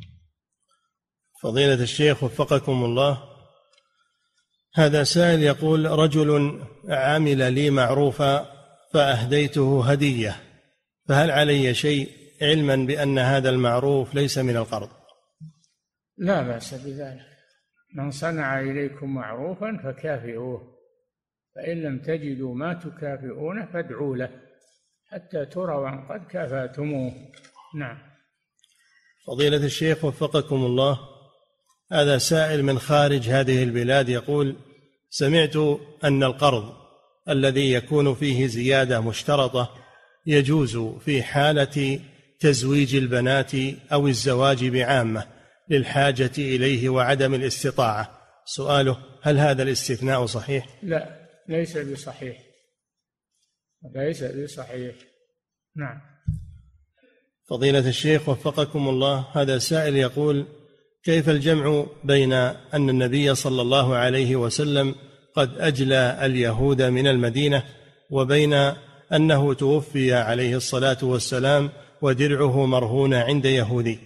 فضيلة الشيخ وفقكم الله، هذا سائل يقول: رجل عمل لي معروفا فأهديته هدية، فهل علي شيء علما بأن هذا المعروف ليس من القرض؟ لا بأس بذلك. من صنع إليكم معروفا فكافئوه، فإن لم تجدوا ما تكافئونه فادعوا له حتى تروا أن قد كافأتموه. نعم. فضيلة الشيخ وفقكم الله، هذا سائل من خارج هذه البلاد يقول: سمعت أن القرض الذي يكون فيه زيادة مشترطة يجوز في حالة تزويج البنات أو الزواج بعامة للحاجة إليه وعدم الاستطاعة. سؤاله: هل هذا الاستثناء صحيح؟ لا، ليس بصحيح، ليس بصحيح. نعم. فضيلة الشيخ وفقكم الله، هذا سائل يقول: كيف الجمع بين أن النبي صلى الله عليه وسلم قد أجلى اليهود من المدينة وبين أنه توفي عليه الصلاة والسلام ودرعه مرهون عند يهودي؟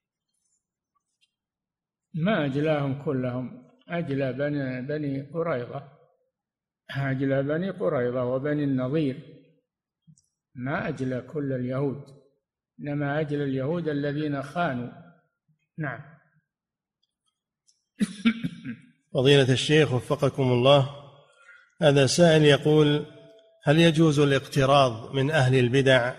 ما أجلاهم كلهم، أجلى بني قريظة، أجلى بني قريظة وبني النضير، ما أجلى كل اليهود، إنما أجلى اليهود الذين خانوا. نعم. فضيلة الشيخ وفقكم الله، هذا سائل يقول: هل يجوز الاقتراض من أهل البدع؟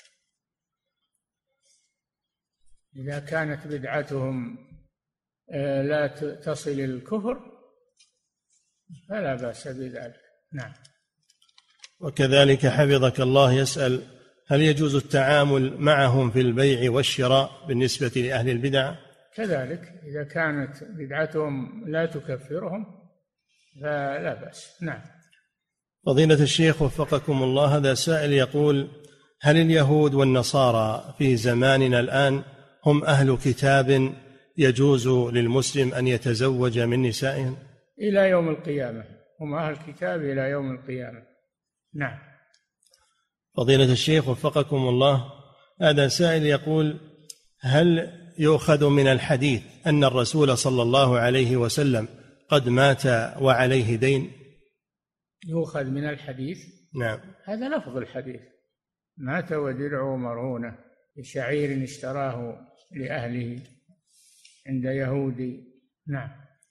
إذا كانت بدعتهم لا تصل الكفر فلا بأس بذلك. نعم. وكذلك حفظك الله يسأل: هل يجوز التعامل معهم في البيع والشراء بالنسبة لأهل البدع؟ كذلك إذا كانت بدعتهم لا تكفرهم فلا بأس. نعم. فضيلة الشيخ وفقكم الله، هذا سائل يقول: هل اليهود والنصارى في زماننا الآن هم أهل كتاب يجوز للمسلم أن يتزوج من نسائهم؟ إلى يوم القيامة هم أهل كتاب إلى يوم القيامة. نعم. فضيلة الشيخ وفقكم الله، هذا سائل يقول: هل يؤخذ من الحديث أن الرسول صلى الله عليه وسلم قد مات وعليه دين؟ يؤخذ من الحديث؟ نعم. هذا لفظ الحديث: مات ودرعه مرهونة بشعير اشتراه لأهله عند يهودي. نعم.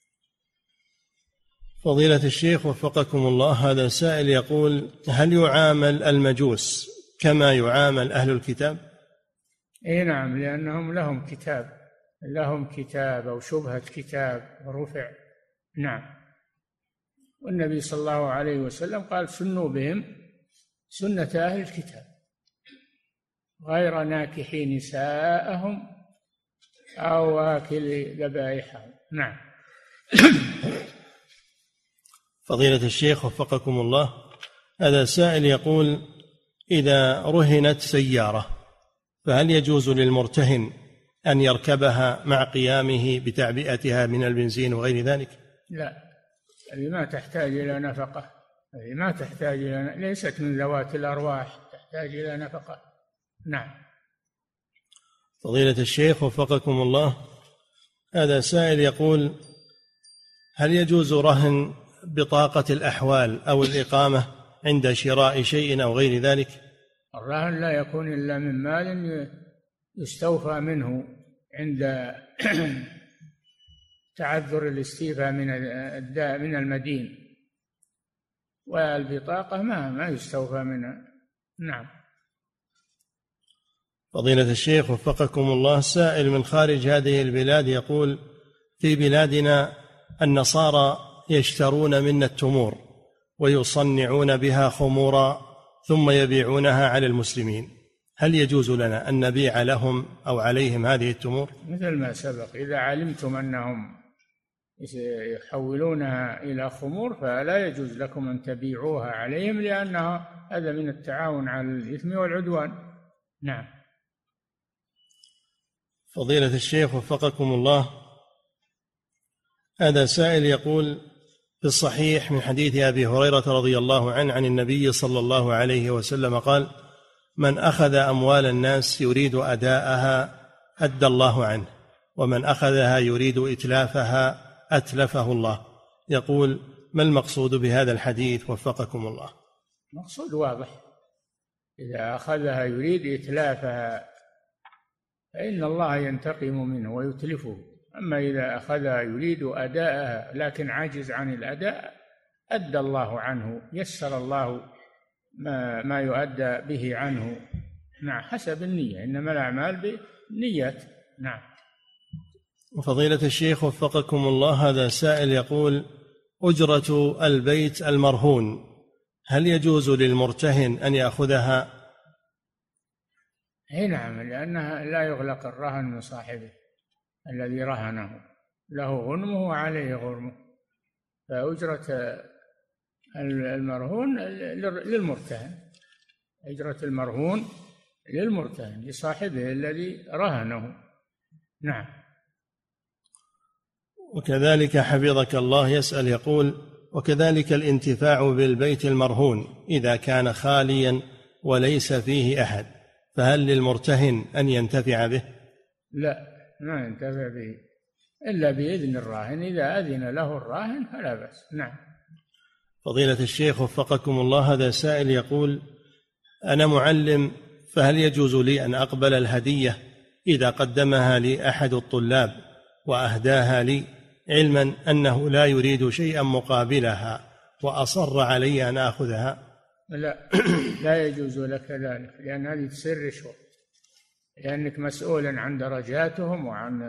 فضيلة الشيخ وفقكم الله، هذا سائل يقول: هل يعامل المجوس كما يعامل أهل الكتاب؟ اي نعم، لأنهم لهم كتاب أو شبهة كتاب ورفع. نعم. والنبي صلى الله عليه وسلم قال: سنوا بهم سنة أهل الكتاب غير ناكحي نساءهم أو آكل ذبائحهم. نعم. فضيلة الشيخ وفقكم الله، هذا سائل يقول: إذا رهنت سيارة فهل يجوز للمرتهن أن يركبها مع قيامه بتعبئتها من البنزين وغير ذلك؟ لا، هذه ما تحتاج إلى نفقة، هذه ما تحتاج إلى، ليست من ذوات الأرواح تحتاج إلى نفقة. نعم. فضيلة الشيخ وفقكم الله، هذا سائل يقول: هل يجوز رهن بطاقة الأحوال أو الإقامة عند شراء شيء أو غير ذلك؟ الرهن لا يكون إلا من مال يستوفى منه عند تعذر الاستيفاء من المدين، والبطاقة ما يستوفى منها. نعم. فضيلة الشيخ وفقكم الله، سائل من خارج هذه البلاد يقول: في بلادنا النصارى يشترون منا التمور ويصنعون بها خمورا ثم يبيعونها على المسلمين، هل يجوز لنا أن نبيع لهم أو عليهم هذه التمور؟ مثل ما سبق، إذا علمتم أنهم يحولونها إلى خمور فلا يجوز لكم أن تبيعوها عليهم، لأنها هذا من التعاون على الإثم والعدوان. نعم. فضيلة الشيخ وفقكم الله، هذا سائل يقول: في الصحيح من حديث أبي هريرة رضي الله عنه عن النبي صلى الله عليه وسلم قال: من أخذ أموال الناس يريد أداءها أدى الله عنه، ومن أخذها يريد إتلافها أتلفه الله. يقول: ما المقصود بهذا الحديث وفقكم الله؟ المقصود واضح، إذا أخذها يريد إتلافها فإن الله ينتقم منه ويتلفه، أما إذا أخذها يريد أداءها لكن عاجز عن الأداء أدى الله عنه، يسر الله ما يؤدى به عنه. نعم، حسب النية، إنما الأعمال بالنيات. نعم. وفضيلة الشيخ وفقكم الله، هذا سائل يقول: أجرة البيت المرهون هل يجوز للمرتهن أن يأخذها؟ نعم، لأنها لا يغلق الرهن من صاحبه الذي رهنه، له غنمه وعليه غرمه، فأجرة المرهون للمرتهن، أجرة المرهون للمرتهن لصاحبه الذي رهنه. نعم. وكذلك حفظك الله يسأل يقول: وكذلك الانتفاع بالبيت المرهون إذا كان خاليا وليس فيه أحد، فهل للمرتهن أن ينتفع به؟ لا، ما ينتفع به إلا بإذن الراهن، إذا أذن له الراهن فلا بأس. نعم. فضيلة الشيخ وفقكم الله، هذا سائل يقول: أنا معلم، فهل يجوز لي أن أقبل الهدية إذا قدمها لي أحد الطلاب وأهداها لي، علما أنه لا يريد شيئا مقابلها وأصر علي أن آخذها؟ لا، لا يجوز لك ذلك، لأن هذه تصير رشوة، لأنك مسؤول عن درجاتهم وعن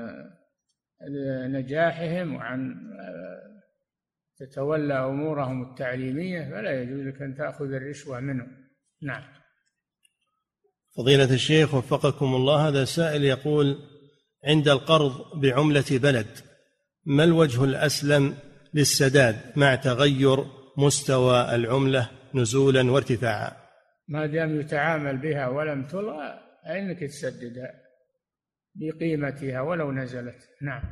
نجاحهم وعن تتولى أمورهم التعليمية، فلا يجوز لك أن تأخذ الرشوة منهم. نعم. فضيلة الشيخ وفقكم الله، هذا سائل يقول: عند القرض بعملة بلد ما الوجه الأسلم للسداد مع تغير مستوى العملة نزولا وارتفاعا؟ ما دام يتعامل بها ولم تلغى فإنك تسددها بقيمتها ولو نزلت. نعم.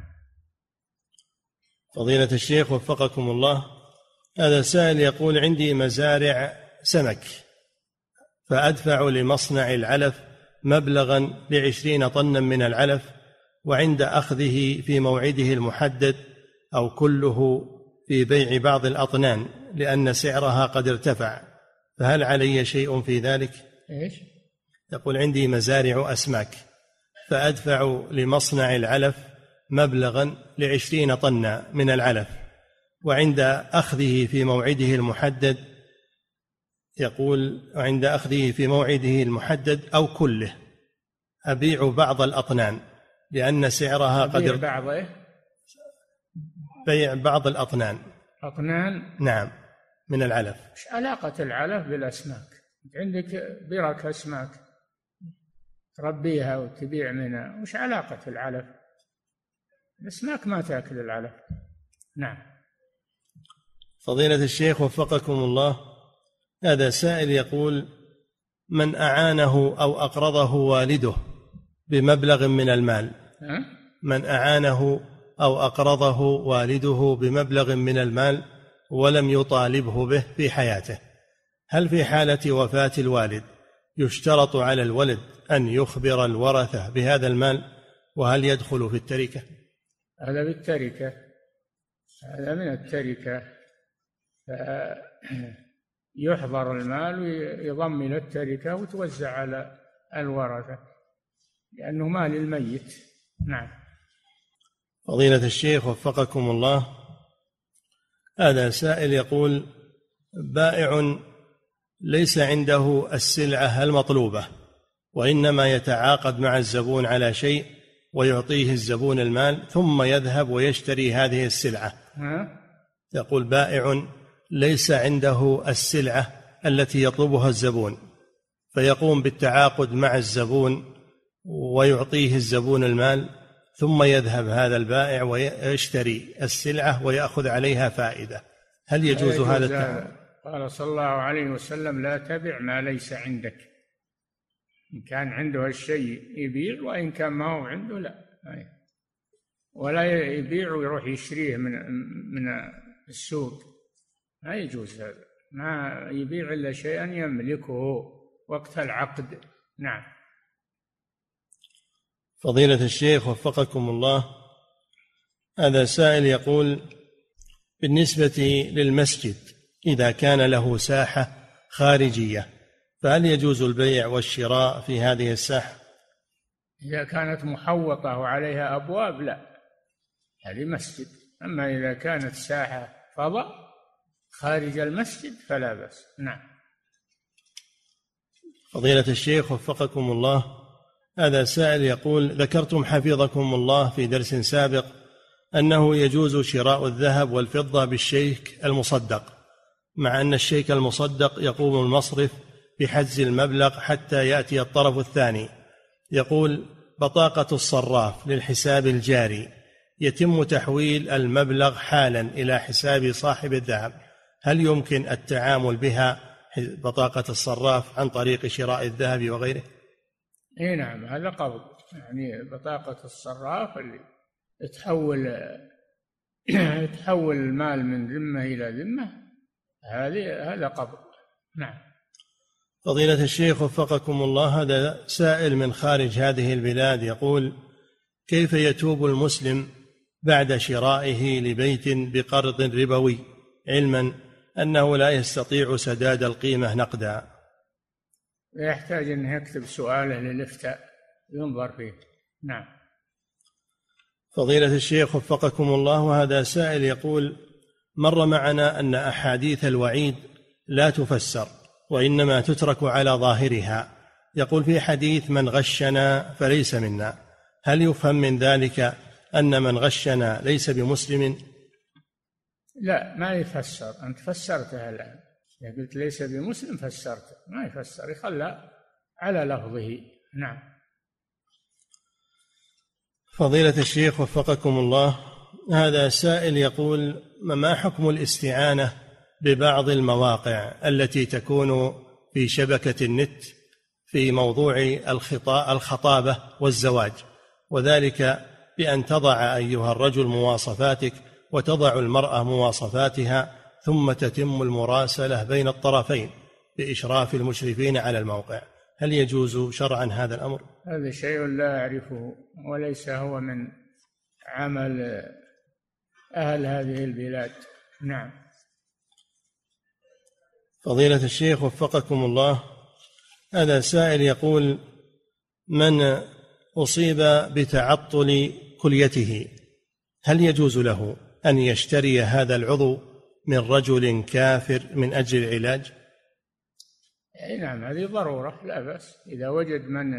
فضيلة الشيخ وفقكم الله، هذا سائل يقول: عندي مزارع سمك، فأدفع لمصنع العلف مبلغا ل20 طنا من العلف، وعند أخذه في موعده المحدد أو كله في بيع بعض الأطنان لأن سعرها قد ارتفع، فهل علي شيء في ذلك؟ إيش؟ يقول: عندي مزارع أسماك، فأدفع لمصنع العلف مبلغا ل20 طنا من العلف، وعند أخذه في موعده المحدد، يقول: عند أخذه في موعده المحدد أو كله أبيع بعض الأطنان لأن سعرها قد بيع بعض الأطنان. أطنان؟ نعم، من العلف. إيش علاقة العلف بالأسماك؟ عندك برك أسماك تربيها وتبيع منها، وش علاقة العلف؟ الأسماك ما تأكل العلف. نعم. فضيلة الشيخ وفقكم الله، هذا سائل يقول: من أعانه أو أقرضه والده بمبلغ من المال، من أعانه أو أقرضه والده بمبلغ من المال ولم يطالبه به في حياته، هل في حالة وفاة الوالد يشترط على الولد أن يخبر الورثة بهذا المال، وهل يدخل في التركة؟ هذا بالتركة، هذا من التركة، يحضر المال ويضم إلى التركة وتوزع على الورثة لأنه مال الميت. نعم. فضيلة الشيخ وفقكم الله، هذا سائل يقول: بائع ليس عنده السلعة المطلوبة وإنما يتعاقد مع الزبون على شيء ويعطيه الزبون المال ثم يذهب ويشتري هذه السلعة. يقول: بائع ليس عنده السلعة التي يطلبها الزبون فيقوم بالتعاقد مع الزبون ويعطيه الزبون المال ثم يذهب هذا البائع ويشتري السلعة ويأخذ عليها فائدة، هل يجوز هذا التعاقد؟ قال صلى الله عليه وسلم: لا تبع ما ليس عندك. إن كان عنده الشيء يبيع، وإن كان ما هو عنده لا، ولا يبيع ويروح يشتريه من السوق، ما يجوز هذا، ما يبيع إلا شيئا يملكه وقت العقد. نعم. فضيلة الشيخ وفقكم الله، هذا سائل يقول: بالنسبة للمسجد إذا كان له ساحة خارجية فهل يجوز البيع والشراء في هذه الساحة؟ إذا كانت محوطة وعليها أبواب لا، هذه مسجد. أما إذا كانت ساحة فضاء خارج المسجد فلا بأس. نعم. فضيلة الشيخ وفقكم الله، هذا سائل يقول: ذكرتم حفظكم الله في درس سابق أنه يجوز شراء الذهب والفضة بالشيك المصدق، مع أن الشيك المصدق يقوم المصرف بحجز المبلغ حتى يأتي الطرف الثاني. يقول: بطاقة الصراف للحساب الجاري يتم تحويل المبلغ حالا إلى حساب صاحب الذهب، هل يمكن التعامل بها بطاقة الصراف عن طريق شراء الذهب وغيره؟ نعم، هذا قبض، يعني بطاقة الصراف اللي تحول المال من ذمة إلى ذمة، هذا قبض. نعم. فضيلة الشيخ وفقكم الله، هذا سائل من خارج هذه البلاد يقول: كيف يتوب المسلم بعد شرائه لبيت بقرض ربوي علما أنه لا يستطيع سداد القيمة نقدا؟ يحتاج أن يكتب سؤاله للإفتاء ينظر فيه. نعم. فضيلة الشيخ وفقكم الله، وهذا سائل يقول: مر معنا أن أحاديث الوعيد لا تفسر وإنما تترك على ظاهرها، يقول في حديث: من غشنا فليس منا، هل يفهم من ذلك أن من غشنا ليس بمسلم؟ لا، ما يفسر، أنت فسرتها الآن، إذا قلت ليس بمسلم فسرته، ما يفسر، يخلى على لفظه. نعم. فضيلة الشيخ وفقكم الله، هذا سائل يقول: ما حكم الاستعانة ببعض المواقع التي تكون في شبكة النت في موضوع الخطابة والزواج، وذلك بأن تضع أيها الرجل مواصفاتك وتضع المرأة مواصفاتها ثم تتم المراسلة بين الطرفين بإشراف المشرفين على الموقع، هل يجوز شرعا هذا الأمر؟ هذا شيء لا أعرفه وليس هو من عمل أهل هذه البلاد. نعم. فضيلة الشيخ وفقكم الله، هذا سائل يقول: من أصيب بتعطل كليته هل يجوز له أن يشتري هذا العضو من رجل كافر من أجل العلاج؟ نعم، هذه ضرورة، لا بأس، إذا وجد من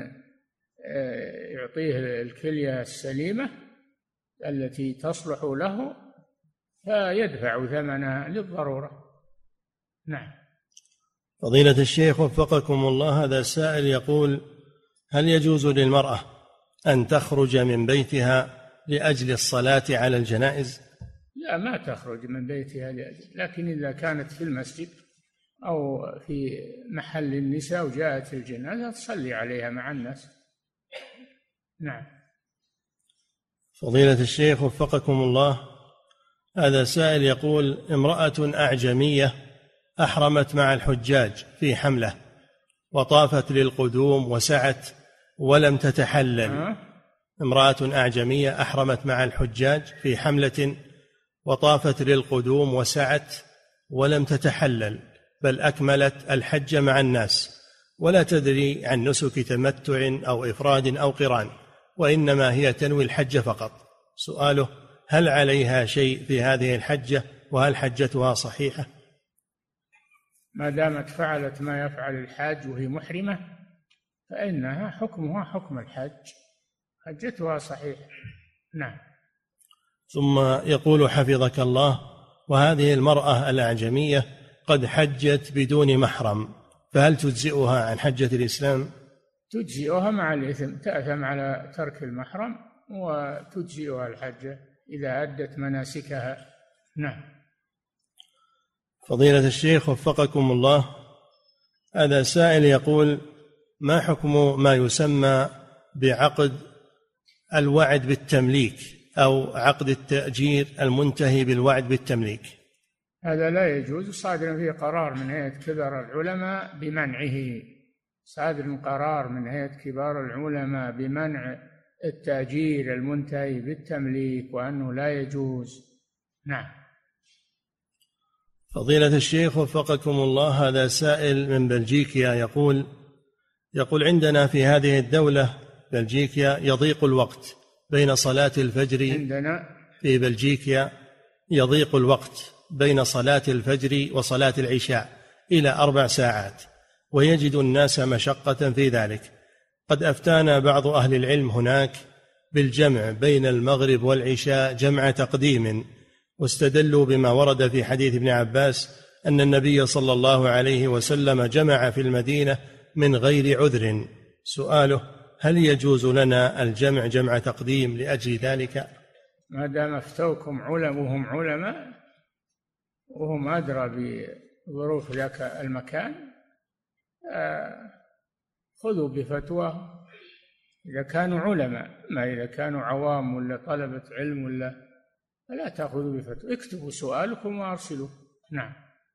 يعطيه الكلية السليمة التي تصلح له فيدفع ثمنها للضرورة. نعم. فضيلة الشيخ وفقكم الله، هذا السائل يقول: هل يجوز للمرأة أن تخرج من بيتها لأجل الصلاة على الجنائز؟ لا، ما تخرج من بيتها لأجل، لكن إذا كانت في المسجد أو في محل النساء وجاءت الجنازة تصلي عليها مع الناس. نعم. فضيلة الشيخ وفقكم الله، هذا سائل يقول: امرأة أعجمية أحرمت مع الحجاج في حملة وطافت للقدوم وسعت ولم تتحلل. امرأة أعجمية أحرمت مع الحجاج في حملة وطافت للقدوم وسعت ولم تتحلل، بل أكملت الحج مع الناس، ولا تدري عن نسك تمتع أو إفراد أو قران، وإنما هي تنوي الحج فقط. سؤاله: هل عليها شيء في هذه الحجة؟ وهل حجتها صحيحة؟ ما دامت فعلت ما يفعل الحاج وهي محرمة فإنها حكمها حكم الحج، حجتها صحيحة. نعم. ثم يقول حفظك الله: وهذه المرأة الأعجمية قد حجت بدون محرم، فهل تجزئها عن حجة الإسلام؟ تجزئها مع الإثم، تأثم على ترك المحرم وتجزئها الحجة إذا أدت مناسكها. نعم. فضيلة الشيخ وفقكم الله، هذا سائل يقول: ما حكم ما يسمى بعقد الوعد بالتمليك أو عقد التأجير المنتهي بالوعد بالتمليك؟ هذا لا يجوز، صادر فيه قرار من هيئة كبار العلماء بمنعه، صادر قرار من هيئة كبار العلماء بمنع التأجير المنتهي بالتمليك وأنه لا يجوز. نعم. فضيلة الشيخ وفقكم الله، هذا سائل من بلجيكا يقول: عندنا في هذه الدولة بلجيكا يضيق الوقت بين صلاة الفجر، عندنا في بلجيكا يضيق الوقت بين صلاة الفجر وصلاة العشاء إلى 4 ساعات، ويجد الناس مشقة في ذلك. قد أفتانا بعض أهل العلم هناك بالجمع بين المغرب والعشاء جمع تقديم، واستدلوا بما ورد في حديث ابن عباس أن النبي صلى الله عليه وسلم جمع في المدينة من غير عذر. سؤاله: هل يجوز لنا الجمع جمع تقديم لأجل ذلك؟ ما دام افتوكم وهم علماء وهم أدرى بظروف ذاك المكان، خذوا بفتوى إذا كانوا علماء، ما إذا كانوا عوام ولا طلبة علم ولا، فلا تأخذوا بفتوى، اكتبوا سؤالكم وأرسلوا. نعم.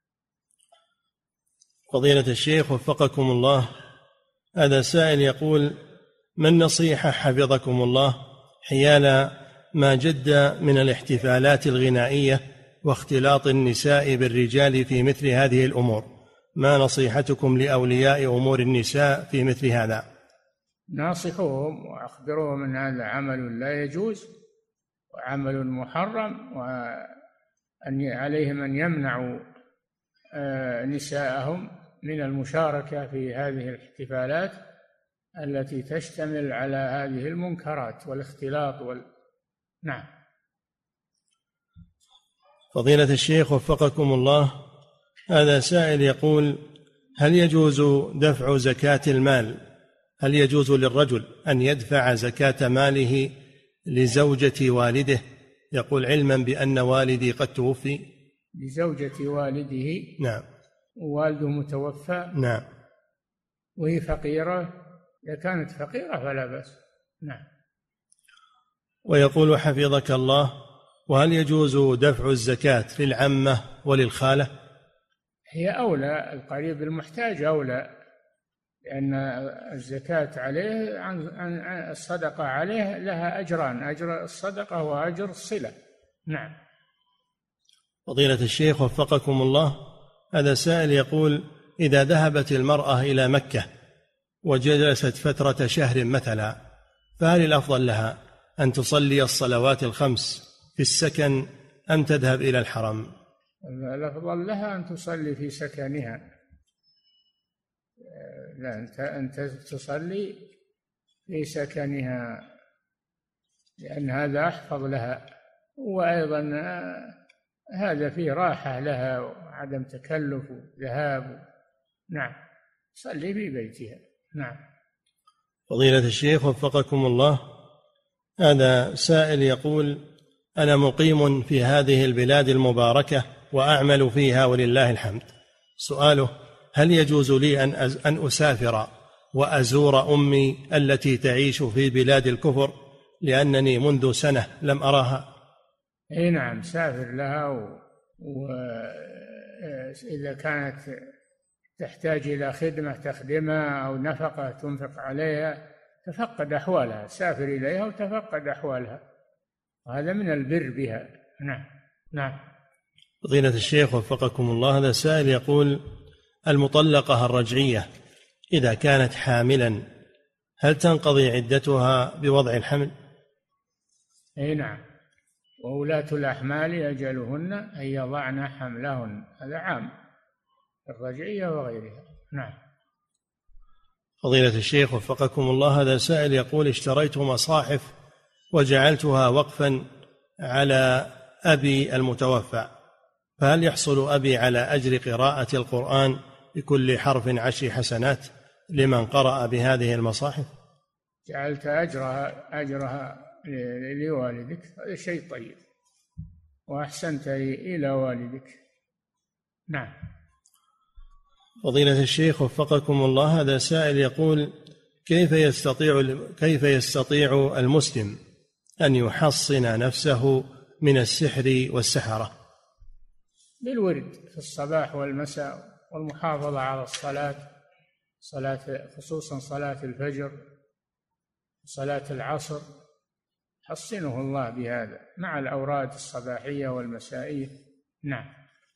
فضيلة الشيخ وفقكم الله، هذا سائل يقول: ما النصيحة حفظكم الله حيال ما جد من الاحتفالات الغنائية واختلاط النساء بالرجال في مثل هذه الأمور؟ ما نصيحتكم لأولياء أمور النساء في مثل هذا؟ ناصحوهم وأخبروهم أن هذا عمل لا يجوز وعمل محرم، وأن عليهم أن يمنعوا نساءهم من المشاركة في هذه الاحتفالات التي تشتمل على هذه المنكرات والاختلاط نعم. فضيلة الشيخ وفقكم الله، هذا سائل يقول: هل يجوز دفع زكاة المال؟ هل يجوز للرجل أن يدفع زكاة ماله لزوجة والده؟ يقول: علما بأن والدي قد توفي. لزوجة والده؟ نعم. والده متوفى؟ نعم. وهي فقيرة؟ إذا كانت فقيرة فلا بأس. نعم. ويقول حفظك الله: وهل يجوز دفع الزكاة للعمة وللخالة؟ هي أولى، القريب المحتاج أولى، لأن الزكاة عليه عن الصدقة عليه لها أجران، أجر الصدقة وأجر الصلة. نعم. فضيلة الشيخ وفقكم الله، هذا سائل يقول: إذا ذهبت المرأة إلى مكة وجلست فترة شهر مثلا، فهل الأفضل لها أن تصلي الصلوات الخمس في السكن أم تذهب إلى الحرم؟ الأفضل لها أن تصلي في سكنها. لا، أنت تصلي في سكنها، لأن هذا أحفظ لها، وأيضا هذا فيه راحة لها وعدم تكلف وذهاب. نعم، صلي في بيتها. نعم. فضيلة الشيخ وفقكم الله، هذا سائل يقول: أنا مقيم في هذه البلاد المباركة وأعمل فيها ولله الحمد. سؤاله: هل يجوز لي أن أسافر وأزور أمي التي تعيش في بلاد الكفر لأنني منذ سنة لم أراها؟ اي نعم، سافر لها، وإذا كانت تحتاج إلى خدمة تخدمها أو نفقة تنفق عليها تفقد أحوالها، سافر إليها وتفقد أحوالها، وهذا من البر بها. نعم. نعم. فضيلة الشيخ وفقكم الله، هذا سائل يقول: المطلقة الرجعية إذا كانت حاملا هل تنقضي عدتها بوضع الحمل؟ أي نعم، وولاة الأحمال أجلهن أن يضعن حملهن، هذا عام الرجعية وغيرها. نعم. فضيلة الشيخ وفقكم الله، هذا سائل يقول: اشتريت مصاحف وجعلتها وقفا على أبي المتوفى، فهل يحصل أبي على أجر قراءة القرآن بكل حرف 10 حسنات لمن قرأ بهذه المصاحف؟ جعلت أجرها لوالدك، هذا شيء طيب، وأحسنت إلى والدك. نعم. فضيلة الشيخ وفقكم الله، هذا سائل يقول: كيف يستطيع المسلم أن يحصن نفسه من السحر والسحرة؟ بالورد في الصباح والمساء، والمحافظة على الصلاة خصوصا صلاة الفجر وصلاة العصر، حصنه الله بهذا مع الأوراد الصباحية والمسائية. نعم.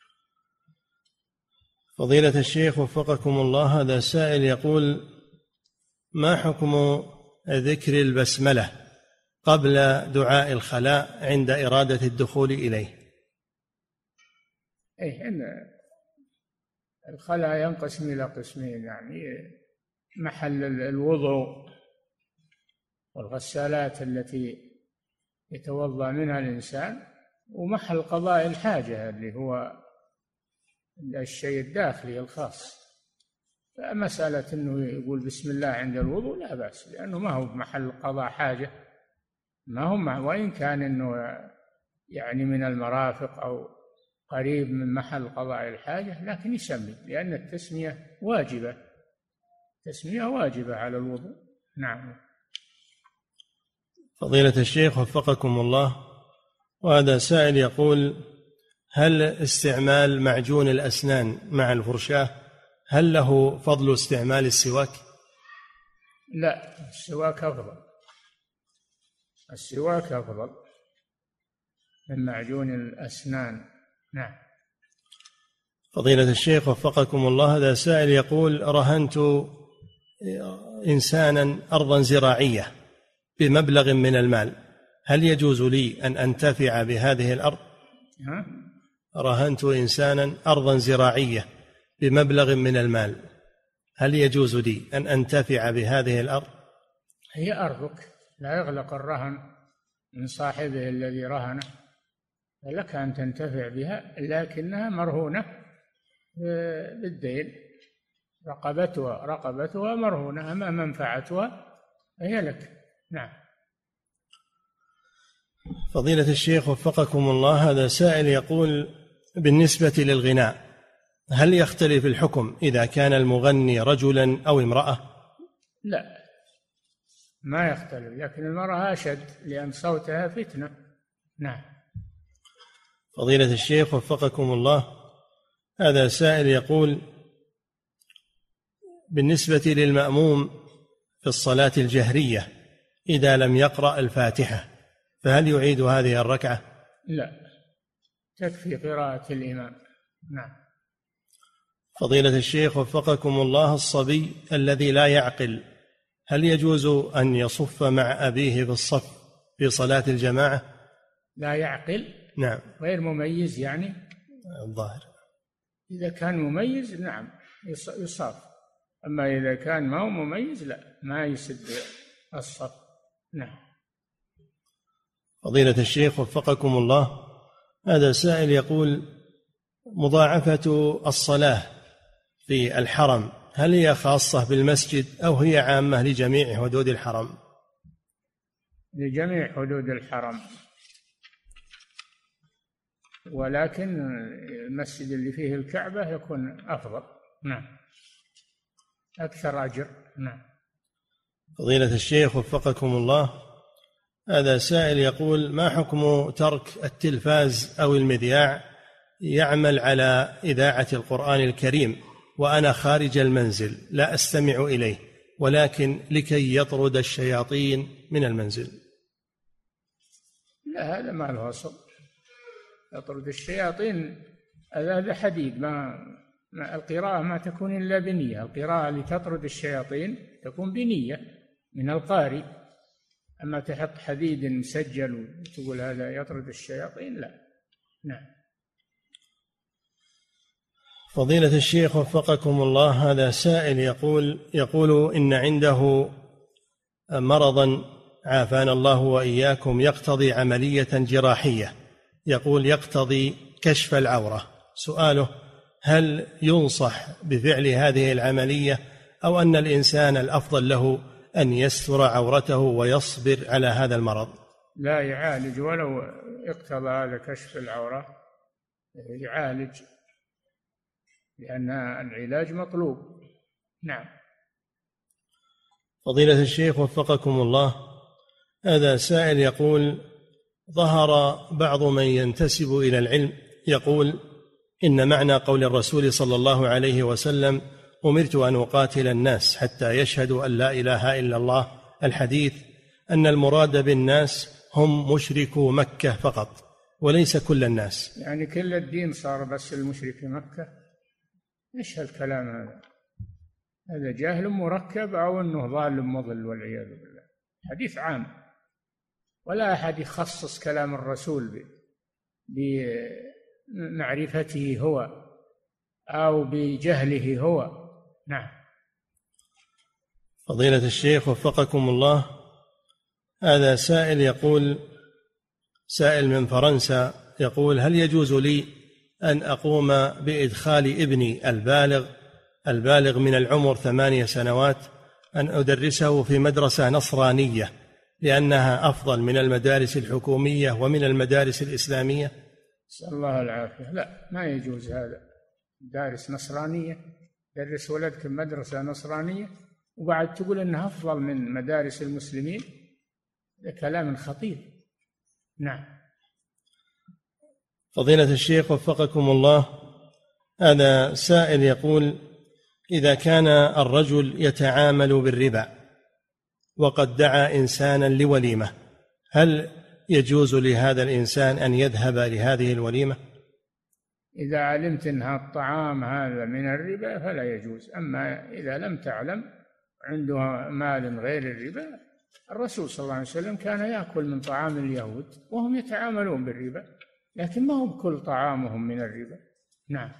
فضيلة الشيخ وفقكم الله، هذا سائل يقول: ما حكم ذكر البسملة قبل دعاء الخلاء عند إرادة الدخول إليه؟ إن الخلاء ينقسم إلى قسمين، يعني محل الوضوء والغسالات التي يتوضأ منها الإنسان، ومحل قضاء الحاجة اللي هو الشيء الداخلي الخاص. فمسألة أنه يقول بسم الله عند الوضوء لا بأس، لأنه ما هو محل قضاء حاجة، ما هو، وإن كان أنه يعني من المرافق أو قريب من محل قضاء الحاجة، لكن يسمي، لأن التسمية واجبة، التسمية واجبة على الوضوء. نعم. فضيلة الشيخ وفقكم الله، وهذا سائل يقول: هل استعمال معجون الأسنان مع الفرشاة هل له فضل استعمال السواك؟ لا، السواك أفضل، السواك أفضل من معجون الأسنان. نعم. فضيلة الشيخ وفقكم الله، هذا سائل يقول: رهنت إنسانا أرضا زراعية بمبلغ من المال، هل يجوز لي أن أنتفع بهذه الأرض؟ رهنت إنسانا أرضا زراعية بمبلغ من المال، هل يجوز لي أن أنتفع بهذه الأرض؟ هي أرضك، لا يغلق الرهن من صاحبه الذي رهنه، لك أن تنتفع بها، لكنها مرهونة بالدين، رقبتها مرهونة، أما منفعتها هي لك. نعم. فضيلة الشيخ وفقكم الله، هذا سائل يقول: بالنسبة للغناء هل يختلف الحكم إذا كان المغني رجلا أو امرأة؟ لا، ما يختلف، لكن المرأة أشد لأن صوتها فتنة. نعم. فضيلة الشيخ وفقكم الله، هذا سائل يقول: بالنسبة للمأموم في الصلاة الجهرية إذا لم يقرأ الفاتحة فهل يعيد هذه الركعة؟ لا، تكفي قراءة الإمام. نعم. فضيلة الشيخ وفقكم الله، الصبي الذي لا يعقل هل يجوز أن يصف مع أبيه في الصف في صلاة الجماعة؟ لا يعقل؟ نعم. غير مميز يعني؟ الظاهر إذا كان مميز نعم يصاف، أما إذا كان ما هو مميز لا، ما يسد الصف. نعم. فضيلة الشيخ وفقكم الله، هذا سائل يقول: مضاعفة الصلاة في الحرم هل هي خاصة بالمسجد أو هي عامة لجميع حدود الحرم؟ لجميع حدود الحرم، ولكن المسجد اللي فيه الكعبة يكون أفضل. نعم، أكثر أجر. نعم. فضيلة الشيخ وفقكم الله، هذا سائل يقول: ما حكم ترك التلفاز أو المذياع يعمل على إذاعة القرآن الكريم وأنا خارج المنزل لا أستمع إليه، ولكن لكي يطرد الشياطين من المنزل؟ لا، هذا ما له أصل. يطرد الشياطين هذا حديد. ما القراءة ما تكون إلا بنية. القراءة اللي تطرد الشياطين تكون بنية من القارئ. أما تحط حديد مسجل وتقول هذا يطرد الشياطين، لا. نعم. فضيلة الشيخ وفقكم الله، هذا سائل يقول إن عنده مرضا عافانا الله وإياكم يقتضي عملية جراحية، يقول يقتضي كشف العورة. سؤاله: هل ينصح بفعل هذه العملية أو أن الإنسان الأفضل له أن يستر عورته ويصبر على هذا المرض؟ لا، يعالج. ولو اقتضى هذا كشف العورة يعالج، لأن العلاج مطلوب. نعم. فضيلة الشيخ وفقكم الله، هذا سائل يقول: ظهر بعض من ينتسب إلى العلم يقول إن معنى قول الرسول صلى الله عليه وسلم: أمرت أن أقاتل الناس حتى يشهدوا أن لا إله إلا الله، الحديث، أن المراد بالناس هم مشركو مكة فقط وليس كل الناس. يعني كل الدين صار بس المشرك في مكة؟ إيش هالكلام هذا؟ هذا جاهل مركب أو أنه ظالم مضل والعياذ بالله. حديث عام، ولا أحد يخصص كلام الرسول بمعرفته هو أو بجهله هو. نعم. فضيلة الشيخ وفقكم الله، هذا سائل يقول، سائل من فرنسا، يقول: هل يجوز لي أن أقوم بإدخال ابني البالغ من العمر 8 سنوات أن أدرسه في مدرسة نصرانية لأنها أفضل من المدارس الحكومية ومن المدارس الإسلامية؟ نسأل الله العافية. لا، ما يجوز هذا. دارس نصرانية، درس ولدك مدرسة نصرانية وبعد تقول إنها أفضل من مدارس المسلمين؟ ده كلام خطير. نعم. فضيلة الشيخ وفقكم الله، هذا سائل يقول: إذا كان الرجل يتعامل بالربا وقد دعا إنسانا لوليمة، هل يجوز لهذا الإنسان أن يذهب لهذه الوليمة؟ إذا علمت أن الطعام هذا من الربا فلا يجوز. أما إذا لم تعلم عنده مال غير الربا، الرسول صلى الله عليه وسلم كان يأكل من طعام اليهود وهم يتعاملون بالربا، لكن ما هم كل طعامهم من الربا. نعم.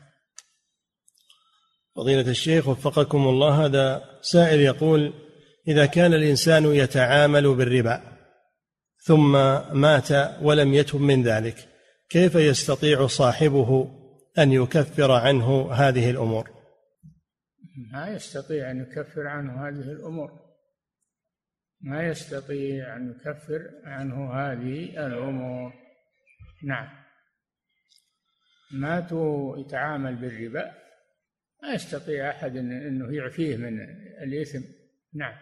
فضيلة الشيخ وفقكم الله، هذا سائل يقول: إذا كان الإنسان يتعامل بالربا ثم مات ولم يتب من ذلك، كيف يستطيع صاحبه أن يكفر عنه هذه الأمور؟ ما يستطيع أن يكفر عنه هذه الأمور. ما يستطيع أن يكفر عنه هذه الأمور. نعم. مات يتعامل بالربا، ما يستطيع أحد أنه يعفيه من الإثم. نعم.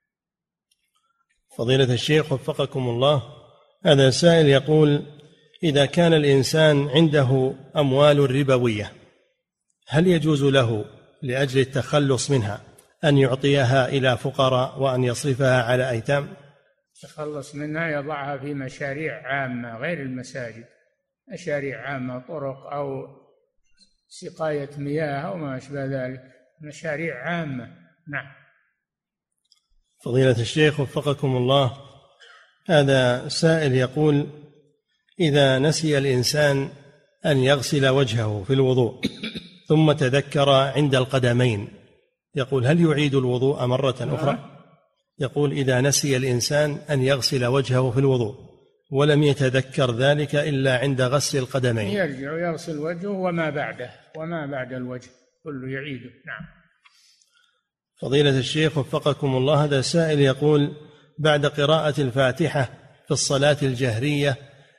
فضيلة الشيخ وفقكم الله، هذا سائل يقول: إذا كان الإنسان عنده أموال ربوية، هل يجوز له لأجل التخلص منها أن يعطيها إلى فقراء وأن يصرفها على أيتام؟ تخلص منها يضعها في مشاريع عامة غير المساجد، مشاريع عامة، طرق أو سقاية مياه أو ما أشبه ذلك، مشاريع عامة. نعم. فضيلة الشيخ وفقكم الله، هذا سائل يقول: إذا نسي الإنسان أن يغسل وجهه في الوضوء ثم تذكر عند القدمين، يقول: هل يعيد الوضوء مرة أخرى؟ يقول: إذا نسي الإنسان أن يغسل وجهه في الوضوء ولم يتذكر ذلك إلا عند غسل القدمين، يرجع يغسل وجهه وما بعده، وما بعد الوجه كله يعيده. نعم. فضيلة الشيخ وفقكم الله، هذا سائل يقول: بعد قراءة الفاتحة في الصلاة الجهرية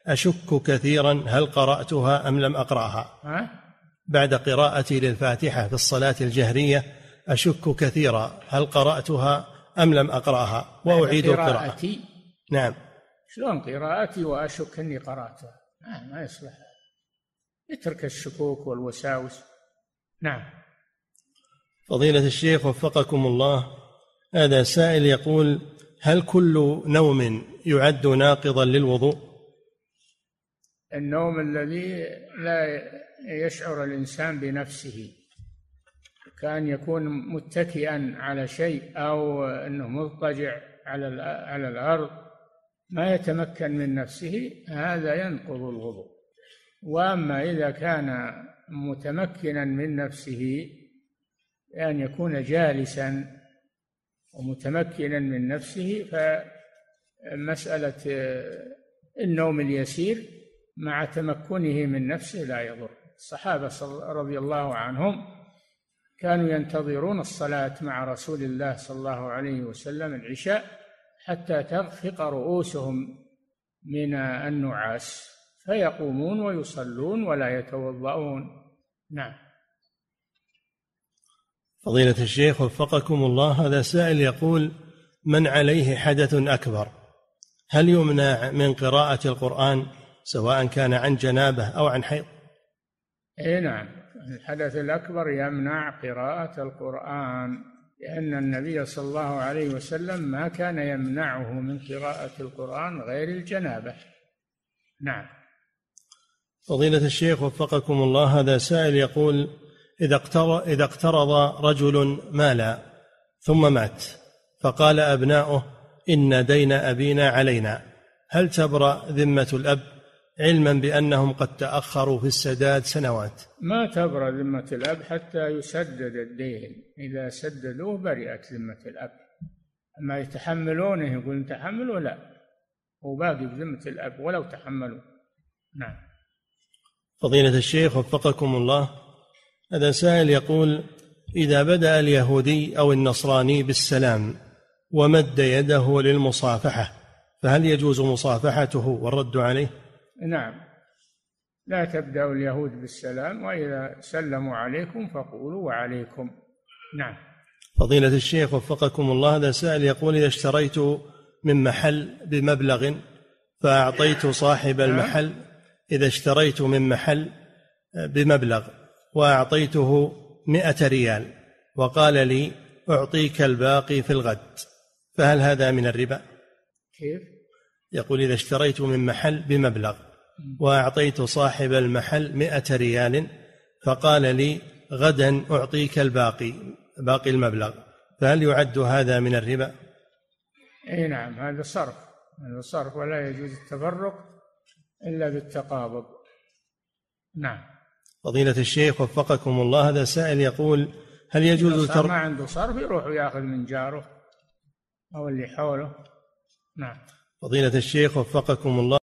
أشك كثيرا هل قرأتها أم لم أقرأها. بعد قراءتي للفاتحة في الصلاة الجهرية أشك كثيرا هل قرأتها أم لم أقرأها وأعيد القراءة. نعم. شلون قراءتي وأشك أني قرأتها؟ ما يصلح، اترك الشكوك والوساوس. نعم. فضيلة الشيخ وفقكم الله، هذا سائل يقول: هل كل نوم يعد ناقضا للوضوء؟ النوم الذي لا يشعر الإنسان بنفسه، كان يكون متكئا على شيء أو أنه مضطجع على الأرض ما يتمكن من نفسه، هذا ينقض الوضوء. وأما إذا كان متمكنا من نفسه، أن يكون جالسا ومتمكنا من نفسه، فمسألة النوم اليسير مع تمكنه من نفسه لا يضر. الصحابة رضي الله عنهم كانوا ينتظرون الصلاة مع رسول الله صلى الله عليه وسلم العشاء حتى ترفق رؤوسهم من النعاس، فيقومون ويصلون ولا يتوضؤون. نعم. فضيلة الشيخ وفقكم الله، هذا سائل يقول: من عليه حدث أكبر هل يمنع من قراءة القرآن سواء كان عن جنابه أو عن حيض؟ نعم، الحدث الأكبر يمنع قراءة القرآن، لأن النبي صلى الله عليه وسلم ما كان يمنعه من قراءة القرآن غير الجنابة. نعم. فضيلة الشيخ وفقكم الله، هذا سائل يقول: إذا اقترض رجل مالا ثم مات فقال أبناؤه: إن دين أبينا علينا، هل تبرأ ذمة الأب علما بأنهم قد تأخروا في السداد سنوات؟ ما تبرأ ذمة الأب حتى يسدد الدين، إذا سددوه برئت ذمة الأب. أما يتحملونه يقول تحملوا، لا، وباقي بذمة الأب ولو تحملوا. نعم. فضيلة الشيخ وفقكم الله، هذا سائل يقول: إذا بدأ اليهودي أو النصراني بالسلام ومد يده للمصافحة، فهل يجوز مصافحته والرد عليه؟ نعم، لا تبدأ اليهود بالسلام، وإذا سلموا عليكم فقولوا وعليكم. نعم. فضيلة الشيخ وفقكم الله، هذا سائل يقول: إذا اشتريت من محل بمبلغ فأعطيت صاحب المحل، إذا اشتريت من محل بمبلغ وأعطيته 100 ريال وقال لي: أعطيك الباقي في الغد، فهل هذا من الربا؟ كيف؟ يقول: إذا اشتريت من محل بمبلغ وأعطيت صاحب المحل 100 ريال فقال لي: غدا أعطيك باقي المبلغ، فهل يعد هذا من الربا؟ نعم، هذا صرف، ولا يجوز التفرق إلا بالتقابض. نعم. فضيلة الشيخ وفقكم الله، هذا سائل يقول: هل يجوز ما عنده صرف يروح ويأخذ من جاره أو اللي حوله. نعم. فضيلة الشيخ وفقكم الله.